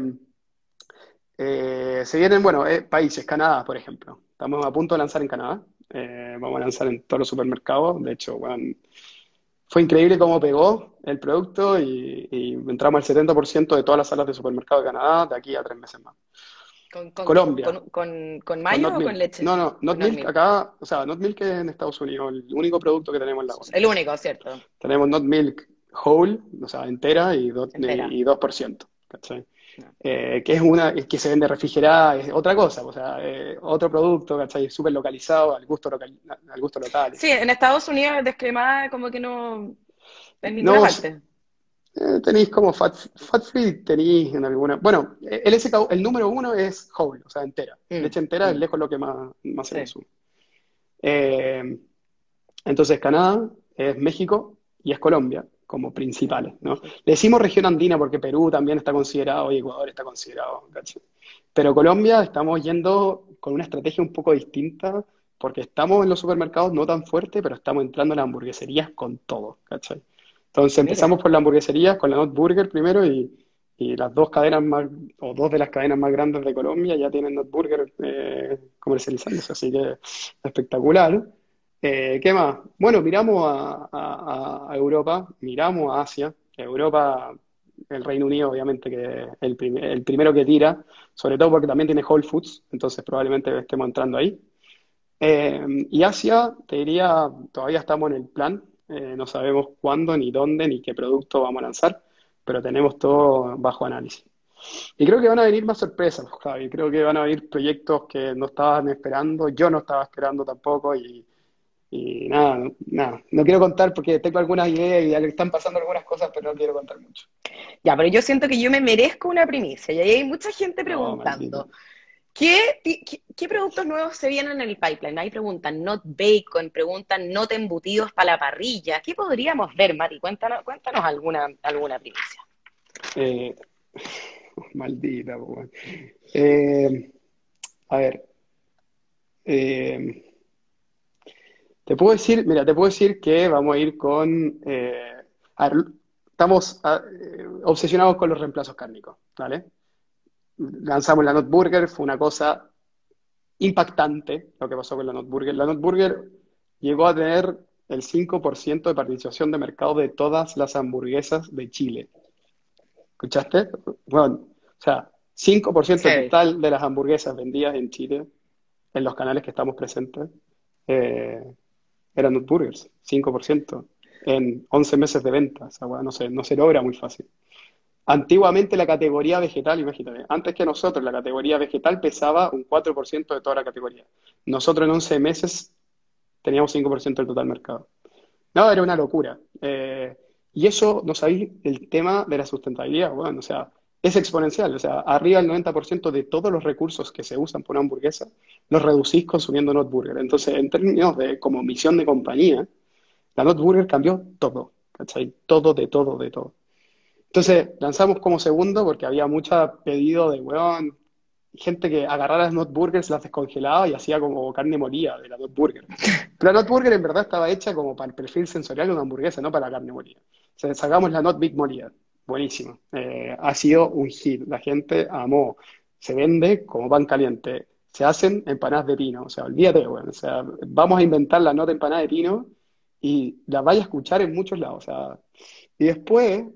se vienen, bueno, países, Canadá, por ejemplo. Estamos a punto de lanzar en Canadá. Vamos a lanzar en todos los supermercados. De hecho, bueno, fue increíble cómo pegó el producto y entramos al 70% de todas las salas de supermercado de Canadá de aquí a 3 meses más. Colombia, con con mayo Not o con Milk. leche? No, no, Not Con oat Milk milk. acá, o sea, Not Milk es en Estados Unidos, el único producto que tenemos en la El góndola. único, ¿cierto? Tenemos Not Milk Whole, o sea, entera Entera. y 2%, ¿cachai? No. Es que se vende refrigerada, es otra cosa, o sea, otro producto, ¿cachai? Súper localizado, al gusto local. Sí, en Estados Unidos descremada como que no en ninguna No, parte. tenéis como fat free, tenéis en alguna. Bueno, el SKU, el número uno es whole, o sea, entera. Mm, Leche entera es mm, lejos lo que más se sí. consume. Eh, entonces, Canadá es México y es Colombia como principales, ¿no? México. Le decimos región andina porque Perú también está considerado y Ecuador está considerado, ¿cachai? Pero Colombia estamos yendo con una estrategia un poco distinta porque estamos en los supermercados no tan fuerte, pero estamos entrando en las hamburgueserías con todo, ¿cachai? Entonces Mira. empezamos por las hamburgueserías, con la Not Burger primero y las dos cadenas más, o dos de las cadenas más grandes de Colombia ya tienen Not Burger comercializándose, así que espectacular. ¿Qué más? Bueno, miramos a Europa, miramos a Asia. Europa, el Reino Unido, obviamente, que es el primero que tira, sobre todo porque también tiene Whole Foods, entonces probablemente estemos entrando ahí. Y Asia, te diría, todavía estamos en el plan, no sabemos cuándo, ni dónde, ni qué producto vamos a lanzar, pero tenemos todo bajo análisis. Y creo que van a venir más sorpresas, Javi. Creo que van a venir proyectos que no estaban esperando, yo no estaba esperando tampoco, y nada, nada, no quiero contar porque tengo algunas ideas y ya le están pasando algunas cosas, pero no quiero contar mucho. Ya, pero yo siento que yo me merezco una primicia y ahí hay mucha gente No, maldito. preguntando, ¿qué productos nuevos se vienen en el pipeline? Ahí preguntan not bacon, preguntan not embutidos para la parrilla. ¿Qué podríamos ver, Mati? Cuéntanos alguna primicia. Eh, maldita, po, weón. Eh, a ver, eh, te puedo decir que vamos a ir con, a ver, estamos obsesionados con los reemplazos cárnicos, ¿vale? Lanzamos la Not Burger, fue una cosa impactante lo que pasó con la Not Burger. La Not Burger llegó a tener el 5% de participación de mercado de todas las hamburguesas de Chile. ¿Escuchaste? Bueno, o sea, 5% Heavy. total de las hamburguesas vendidas en Chile, en los canales que estamos presentes, eh, eran Not Burgers, 5% en 11 meses de venta. O sea, bueno, no se logra muy fácil. Antiguamente la categoría vegetal, imagínate, antes que nosotros la categoría vegetal pesaba un 4% de toda la categoría. Nosotros en 11 meses teníamos 5% del total mercado. No, era una locura. Y eso, ¿no sabéis el tema de la sustentabilidad? Bueno, o sea, es exponencial. O sea, arriba del 90% de todos los recursos que se usan por una hamburguesa los reducís consumiendo Not Burger. Entonces, en términos de como misión de compañía, la Not Burger cambió todo. ¿Cachai? Todo, de todo, de todo. Entonces, lanzamos como segundo porque había mucho pedido de, weón, gente que agarrara las Not Burgers, las descongelaba y hacía como carne molida de la Not Burger. Pero la Not Burger en verdad estaba hecha como para el perfil sensorial de una hamburguesa, no para la carne molida. O sea, sacamos la Not Big molida. Buenísimo. Ha sido un hit. La gente amó. Se vende como pan caliente. Se hacen empanadas de pino. O sea, olvídate, weón. O sea, vamos a inventar la Not empanada de pino y la vaya a escuchar en muchos lados. O sea, y después,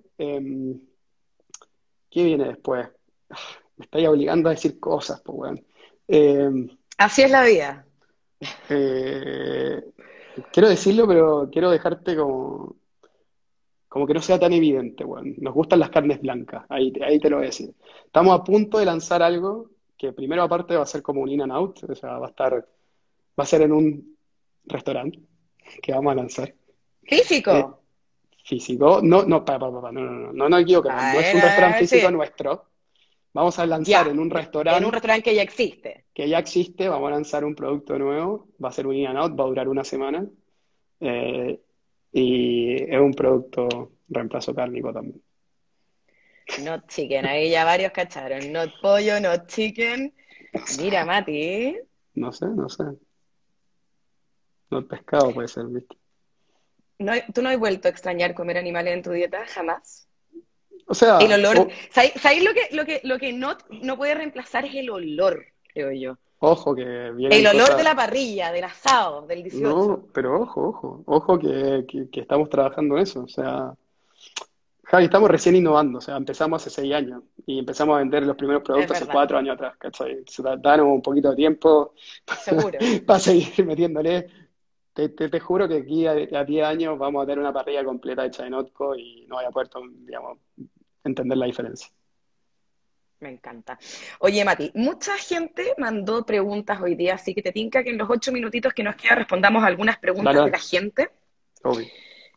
¿qué viene después? Me estáis obligando a decir cosas, pues, weón. Eh, Así es la vida. eh, quiero decirlo, pero quiero dejarte como que no sea tan evidente, weón. Nos gustan las carnes blancas, ahí te lo voy a decir. Estamos a punto de lanzar algo que primero aparte va a ser como un in and out, o sea, va a ser en un restaurante que vamos a lanzar. Eh, Físico. físico, no, no, no equivoquemos, no es un restaurante físico Sí. nuestro. Vamos a lanzar en Ya. un En un restaurante restaurante que ya existe. que ya existe, vamos a lanzar un producto nuevo, va a ser un in and out, va a durar una semana, eh, y es un producto reemplazo cárnico también. Not chicken. Ahí ya varios cacharon. Not pollo, not chicken. Mira, Mati. No sé, no sé. No el pescado puede ser, ¿viste? No, ¿tú no has vuelto a extrañar comer animales en tu dieta? Jamás. O El sea, olor. ¿Sabéis lo que no puede reemplazar es el olor, creo yo? ojo que vienen El olor de cosas. la parrilla, del asado, del 18. No, pero ojo que estamos trabajando en eso. O sea, Javi, estamos recién innovando. O sea, empezamos hace 6 años y empezamos a vender los primeros Es productos hace verdad, 4 años atrás, ¿cachai? Se danos un poquito de tiempo seguro. para seguir metiéndole. Te juro que aquí a 10 años vamos a tener una parrilla completa hecha de Notco y no voy a poder, digamos, entender la diferencia. Me encanta. Oye, Mati, mucha gente mandó preguntas hoy día, así que te tinca que en los 8 minutitos que nos queda respondamos algunas Dale, preguntas de la dale, gente. obvio.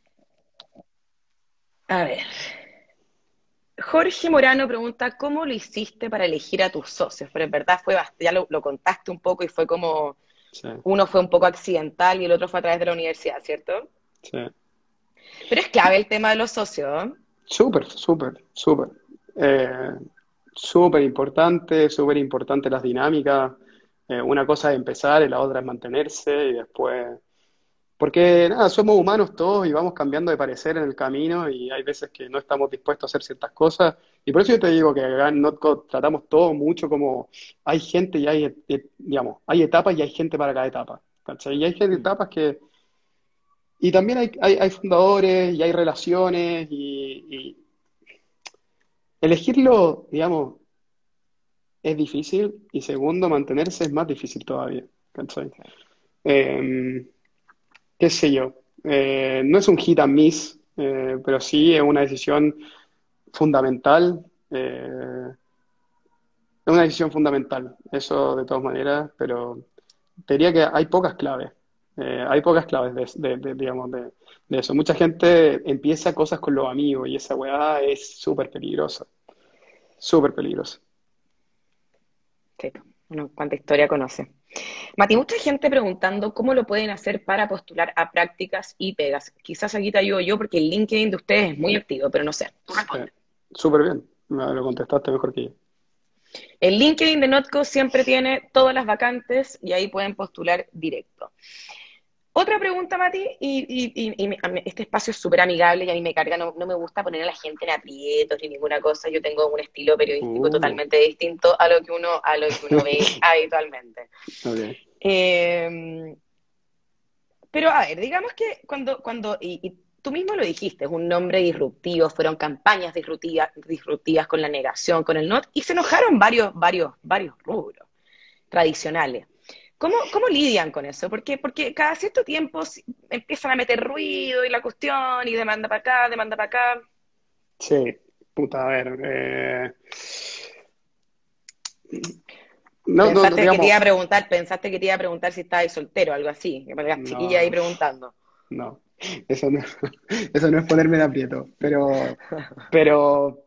A ver, Jorge Morano pregunta, ¿cómo lo hiciste para elegir a tus socios? Pero en verdad ya lo contaste un poco y fue como, Sí, uno fue un poco accidental y el otro fue a través de la universidad, ¿cierto? sí. Pero es clave el tema de los socios, ¿eh? Súper, súper, súper. Eh, súper importante las dinámicas. Una cosa es empezar y la otra es mantenerse y después. Porque nada, somos humanos todos y vamos cambiando de parecer en el camino y hay veces que no estamos dispuestos a hacer ciertas cosas. Y por eso yo te digo que acá en Notco tratamos todo mucho como hay gente y digamos, hay etapas y hay gente para cada etapa. ¿Cachai? Y hay gente, Mm. etapas que. Y también hay fundadores y hay relaciones y elegirlo, digamos, es difícil y segundo, mantenerse es más difícil todavía. ¿Cachai? Eh, qué sé yo. No es un hit and miss, pero sí es una decisión fundamental. Es una decisión fundamental, eso de todas maneras, pero te diría que hay pocas claves. Hay pocas claves digamos, de eso. Mucha gente empieza cosas con los amigos y esa weá es súper peligrosa. Súper peligrosa. Sí, uno cuánta historia conoce. Mati, mucha gente preguntando cómo lo pueden hacer para postular a prácticas y pegas. Quizás aquí te ayudo yo porque el LinkedIn de ustedes es muy activo, pero no sé. Tú Eh, responde. súper bien. Me lo contestaste mejor que yo. El LinkedIn de Notco siempre tiene todas las vacantes y ahí pueden postular directo. Otra pregunta, Mati, este espacio es súper amigable y a mí me carga, no me gusta poner a la gente en aprietos ni ninguna cosa. Yo tengo un estilo periodístico Uh. totalmente distinto a lo que uno ve habitualmente. Ok. Eh, Pero a ver, digamos que y tú mismo lo dijiste, es un nombre disruptivo, fueron campañas disruptivas con la negación, con el NOT, y se enojaron varios rubros tradicionales. ¿Cómo lidian con eso? Porque cada cierto tiempo empiezan a meter ruido y la cuestión, y demanda para acá, demanda para acá. Sí. puta, a ver, no, no, no, digamos, Pensaste que te iba a preguntar si estabas soltero, algo así, que me las chiquillas ahí no, preguntando. no, eso no, eso no es ponerme en aprieto, pero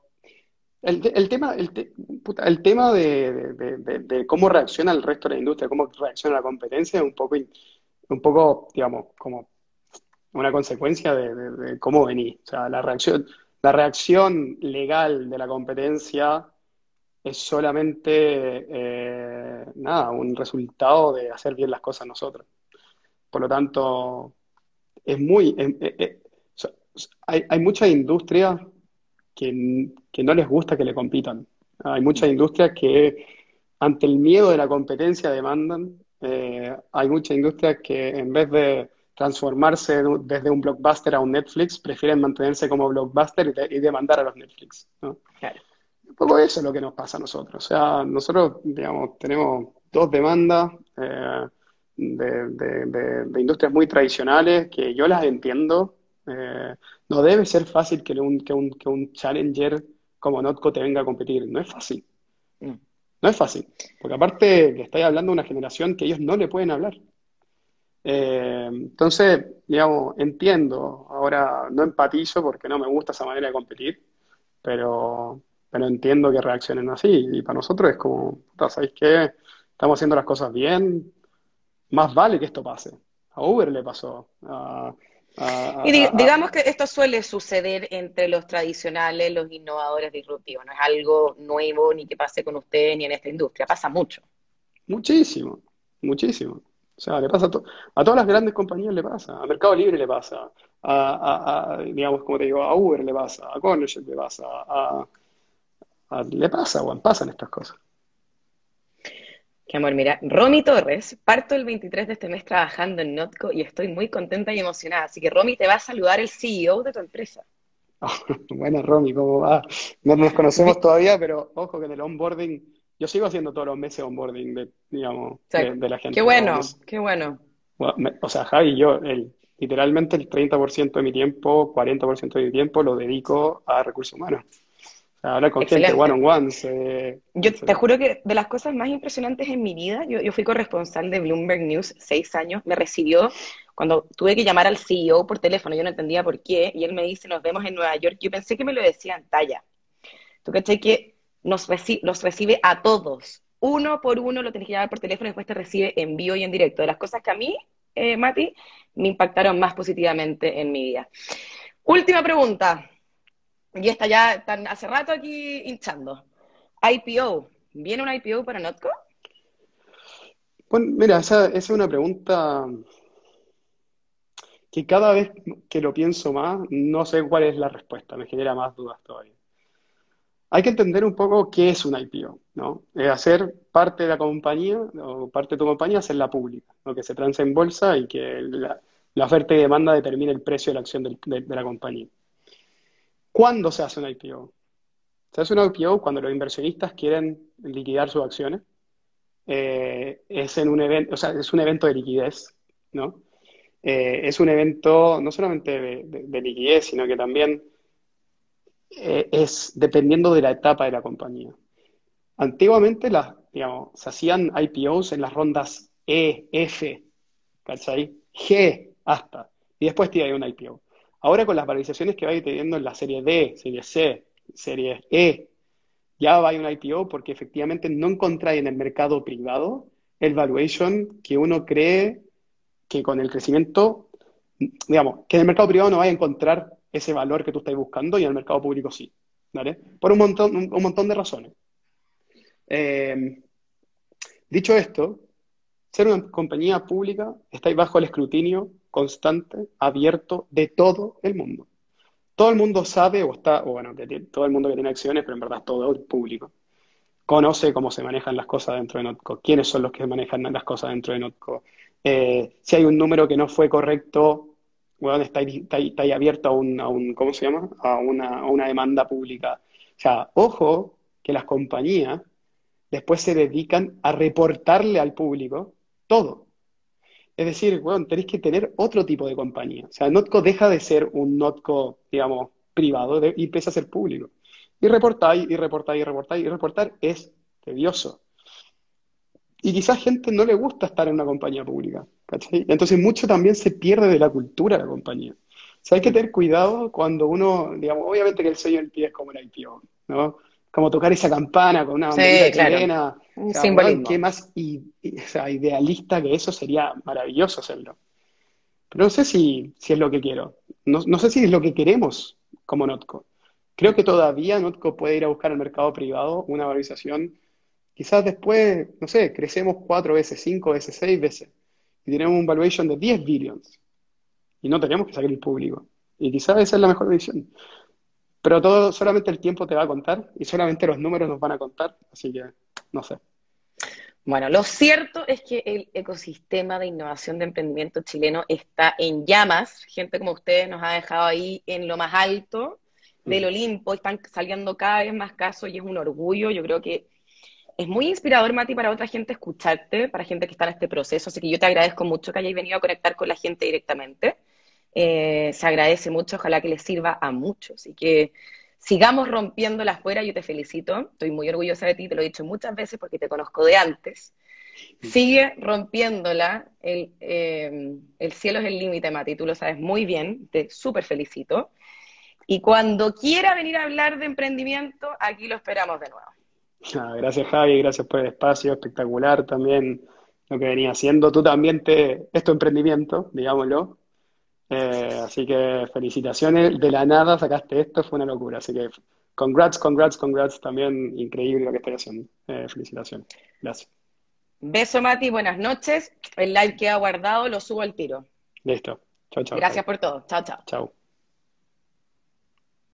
el tema de cómo reacciona el resto de la industria, cómo reacciona la competencia, es un poco, digamos, como una consecuencia de cómo venís. O sea, la reacción legal de la competencia es solamente, nada, un resultado de hacer bien las cosas nosotros. Por lo tanto, es muy, o sea, hay muchas industrias que no les gusta que le compitan. Hay muchas industrias que ante el miedo de la competencia demandan. Hay muchas industrias que en vez de transformarse desde un blockbuster a un Netflix, prefieren mantenerse como blockbuster y demandar a los Netflix, ¿no? Claro. Un poco eso es lo que nos pasa a nosotros. O sea, nosotros, digamos, tenemos dos demandas de industrias muy tradicionales que yo las entiendo. No debe ser fácil que un challenger como Notco te venga a competir. No es fácil. Mm. No es fácil. Porque aparte que estáis hablando de una generación que ellos no le pueden hablar. Entonces, digamos, entiendo. Ahora no empatizo porque no me gusta esa manera de competir, pero, pero entiendo que reaccionen así. Y para nosotros es como, puta, ¿sabéis qué? Estamos haciendo las cosas bien, más vale que esto pase. A Uber le pasó, Y a- digamos que esto suele suceder entre los tradicionales, los innovadores disruptivos. No es algo nuevo ni que pase con ustedes ni en esta industria, pasa mucho. muchísimo, muchísimo. O sea, le pasa a todas las grandes compañías le pasa, a Mercado Libre le pasa, digamos, como te digo, a Uber le pasa, a Cornershop le pasa, le pasa, Juan, pasan estas cosas. Qué amor, mira, Romy Torres, parto el 23 de este mes trabajando en Notco y estoy muy contenta y emocionada. Así que Romy te va a saludar el CEO de tu empresa. Bueno, Romy, ¿cómo va? No nos conocemos todavía, pero ojo que en el onboarding, yo sigo haciendo todos los meses onboarding digamos, O sea, de la qué gente. bueno, qué bueno. Bueno, o sea, Javi, literalmente el 30% de mi tiempo, 40% de mi tiempo lo dedico a recursos humanos. O sea, hablar con gente, Excelente. one-on-ones. Yo te juro que de las cosas más impresionantes en mi vida, yo fui corresponsal de Bloomberg News 6 años, me recibió cuando tuve que llamar al CEO por teléfono, yo no entendía por qué, y él me dice, nos vemos en Nueva York, yo pensé que me lo decía en talla. ¿Tú cachai que los recibe a todos? Uno por uno lo tenés que llamar por teléfono y después te recibe en vivo y en directo. De las cosas que a mí, Mati, me impactaron más positivamente en mi vida. Última pregunta, y esta ya están hace rato aquí hinchando. IPO. ¿Viene un IPO para Notco? Bueno, mira, esa es una pregunta que cada vez que lo pienso más, no sé cuál es la respuesta, me genera más dudas todavía. Hay que entender un poco qué es un IPO, ¿no? Es hacer parte de la compañía, o parte de tu compañía, hacerla pública, ¿no? Que se transe en bolsa y que la oferta y demanda determine el precio de la acción de la compañía. ¿Cuándo se hace un IPO? Se hace un IPO cuando los inversionistas quieren liquidar sus acciones. Es en un evento, o sea, es un evento de liquidez, ¿no? Es un evento no solamente de liquidez, sino que también es dependiendo de la etapa de la compañía. Antiguamente digamos, se hacían IPOs en las rondas E, F, ¿cachai? G hasta. Y después te iba a un IPO. Ahora con las valorizaciones que va teniendo en la serie D, serie C, serie E, ya va a un IPO porque efectivamente no encontráis en el mercado privado el valuation que uno cree que con el crecimiento, digamos, que en el mercado privado no vaya a encontrar ese valor que tú estás buscando y en el mercado público sí, ¿vale? Por un montón de razones. Eh, Dicho esto, ser una compañía pública está bajo el escrutinio constante, abierto de todo el mundo. Todo el mundo sabe o bueno, todo el mundo que tiene acciones, pero en verdad todo el público conoce cómo se manejan las cosas dentro de Notco, quiénes son los que manejan las cosas dentro de Notco. Si hay un número que no fue correcto, bueno, está ahí abierto ¿cómo se llama? A una demanda pública. O sea, ojo que las compañías después se dedican a reportarle al público todo. Es decir, bueno, tenéis que tener otro tipo de compañía. O sea, Notco deja de ser un Notco, digamos, privado y empieza a ser público. Y reportáis, y reportáis, y reportáis, y reportar es tedioso. Y quizás gente no le gusta estar en una compañía pública, ¿cachai? Entonces mucho también se pierde de la cultura de la compañía. O sea, hay que tener cuidado cuando uno, digamos, obviamente que el sueño del pie es como el IPO, ¿no? Como tocar esa campana con una banderita Sí, claro. chilena. O Un sea, weón, qué simbolismo. más o sea, idealista que eso, sería maravilloso hacerlo. Pero no sé si es lo que quiero. No sé si es lo que queremos como Notco. Creo que todavía Notco puede ir a buscar al mercado privado una valorización. Quizás después, no sé, crecemos 4 veces, 5 veces, 6 veces y tenemos un valuation de 10 billions y no tenemos que sacar el público. Y quizás esa es la mejor decisión. Pero todo, solamente el tiempo te va a contar y solamente los números nos van a contar. Así que, no sé. Bueno, lo cierto es que el ecosistema de innovación de emprendimiento chileno está en llamas. Gente como ustedes nos ha dejado ahí en lo más alto del Mm. Olimpo. Están saliendo cada vez más casos y es un orgullo. Yo creo que es muy inspirador, Mati, para otra gente escucharte, para gente que está en este proceso. Así que yo te agradezco mucho que hayáis venido a conectar con la gente directamente. Se agradece mucho, ojalá que les sirva a muchos y que sigamos rompiéndola afuera. Yo te felicito, estoy muy orgullosa de ti, te lo he dicho muchas veces porque te conozco de antes. Sigue rompiéndola, el cielo es el límite, Mati, tú lo sabes muy bien, te súper felicito. Y cuando quiera venir a hablar de emprendimiento, aquí lo esperamos de nuevo. Ah, gracias, Javi, gracias por el espacio, espectacular también lo que venía haciendo. Tú también es tu emprendimiento, digámoslo. Así que felicitaciones, de la nada sacaste esto, fue una locura. Así que congrats, congrats, congrats, también increíble lo que estás haciendo. Felicitaciones, gracias. Beso, Mati, buenas noches. El live queda guardado, lo subo al tiro. Listo. Chao, chao, Javi. Gracias por todo. Chao, chao. Chao.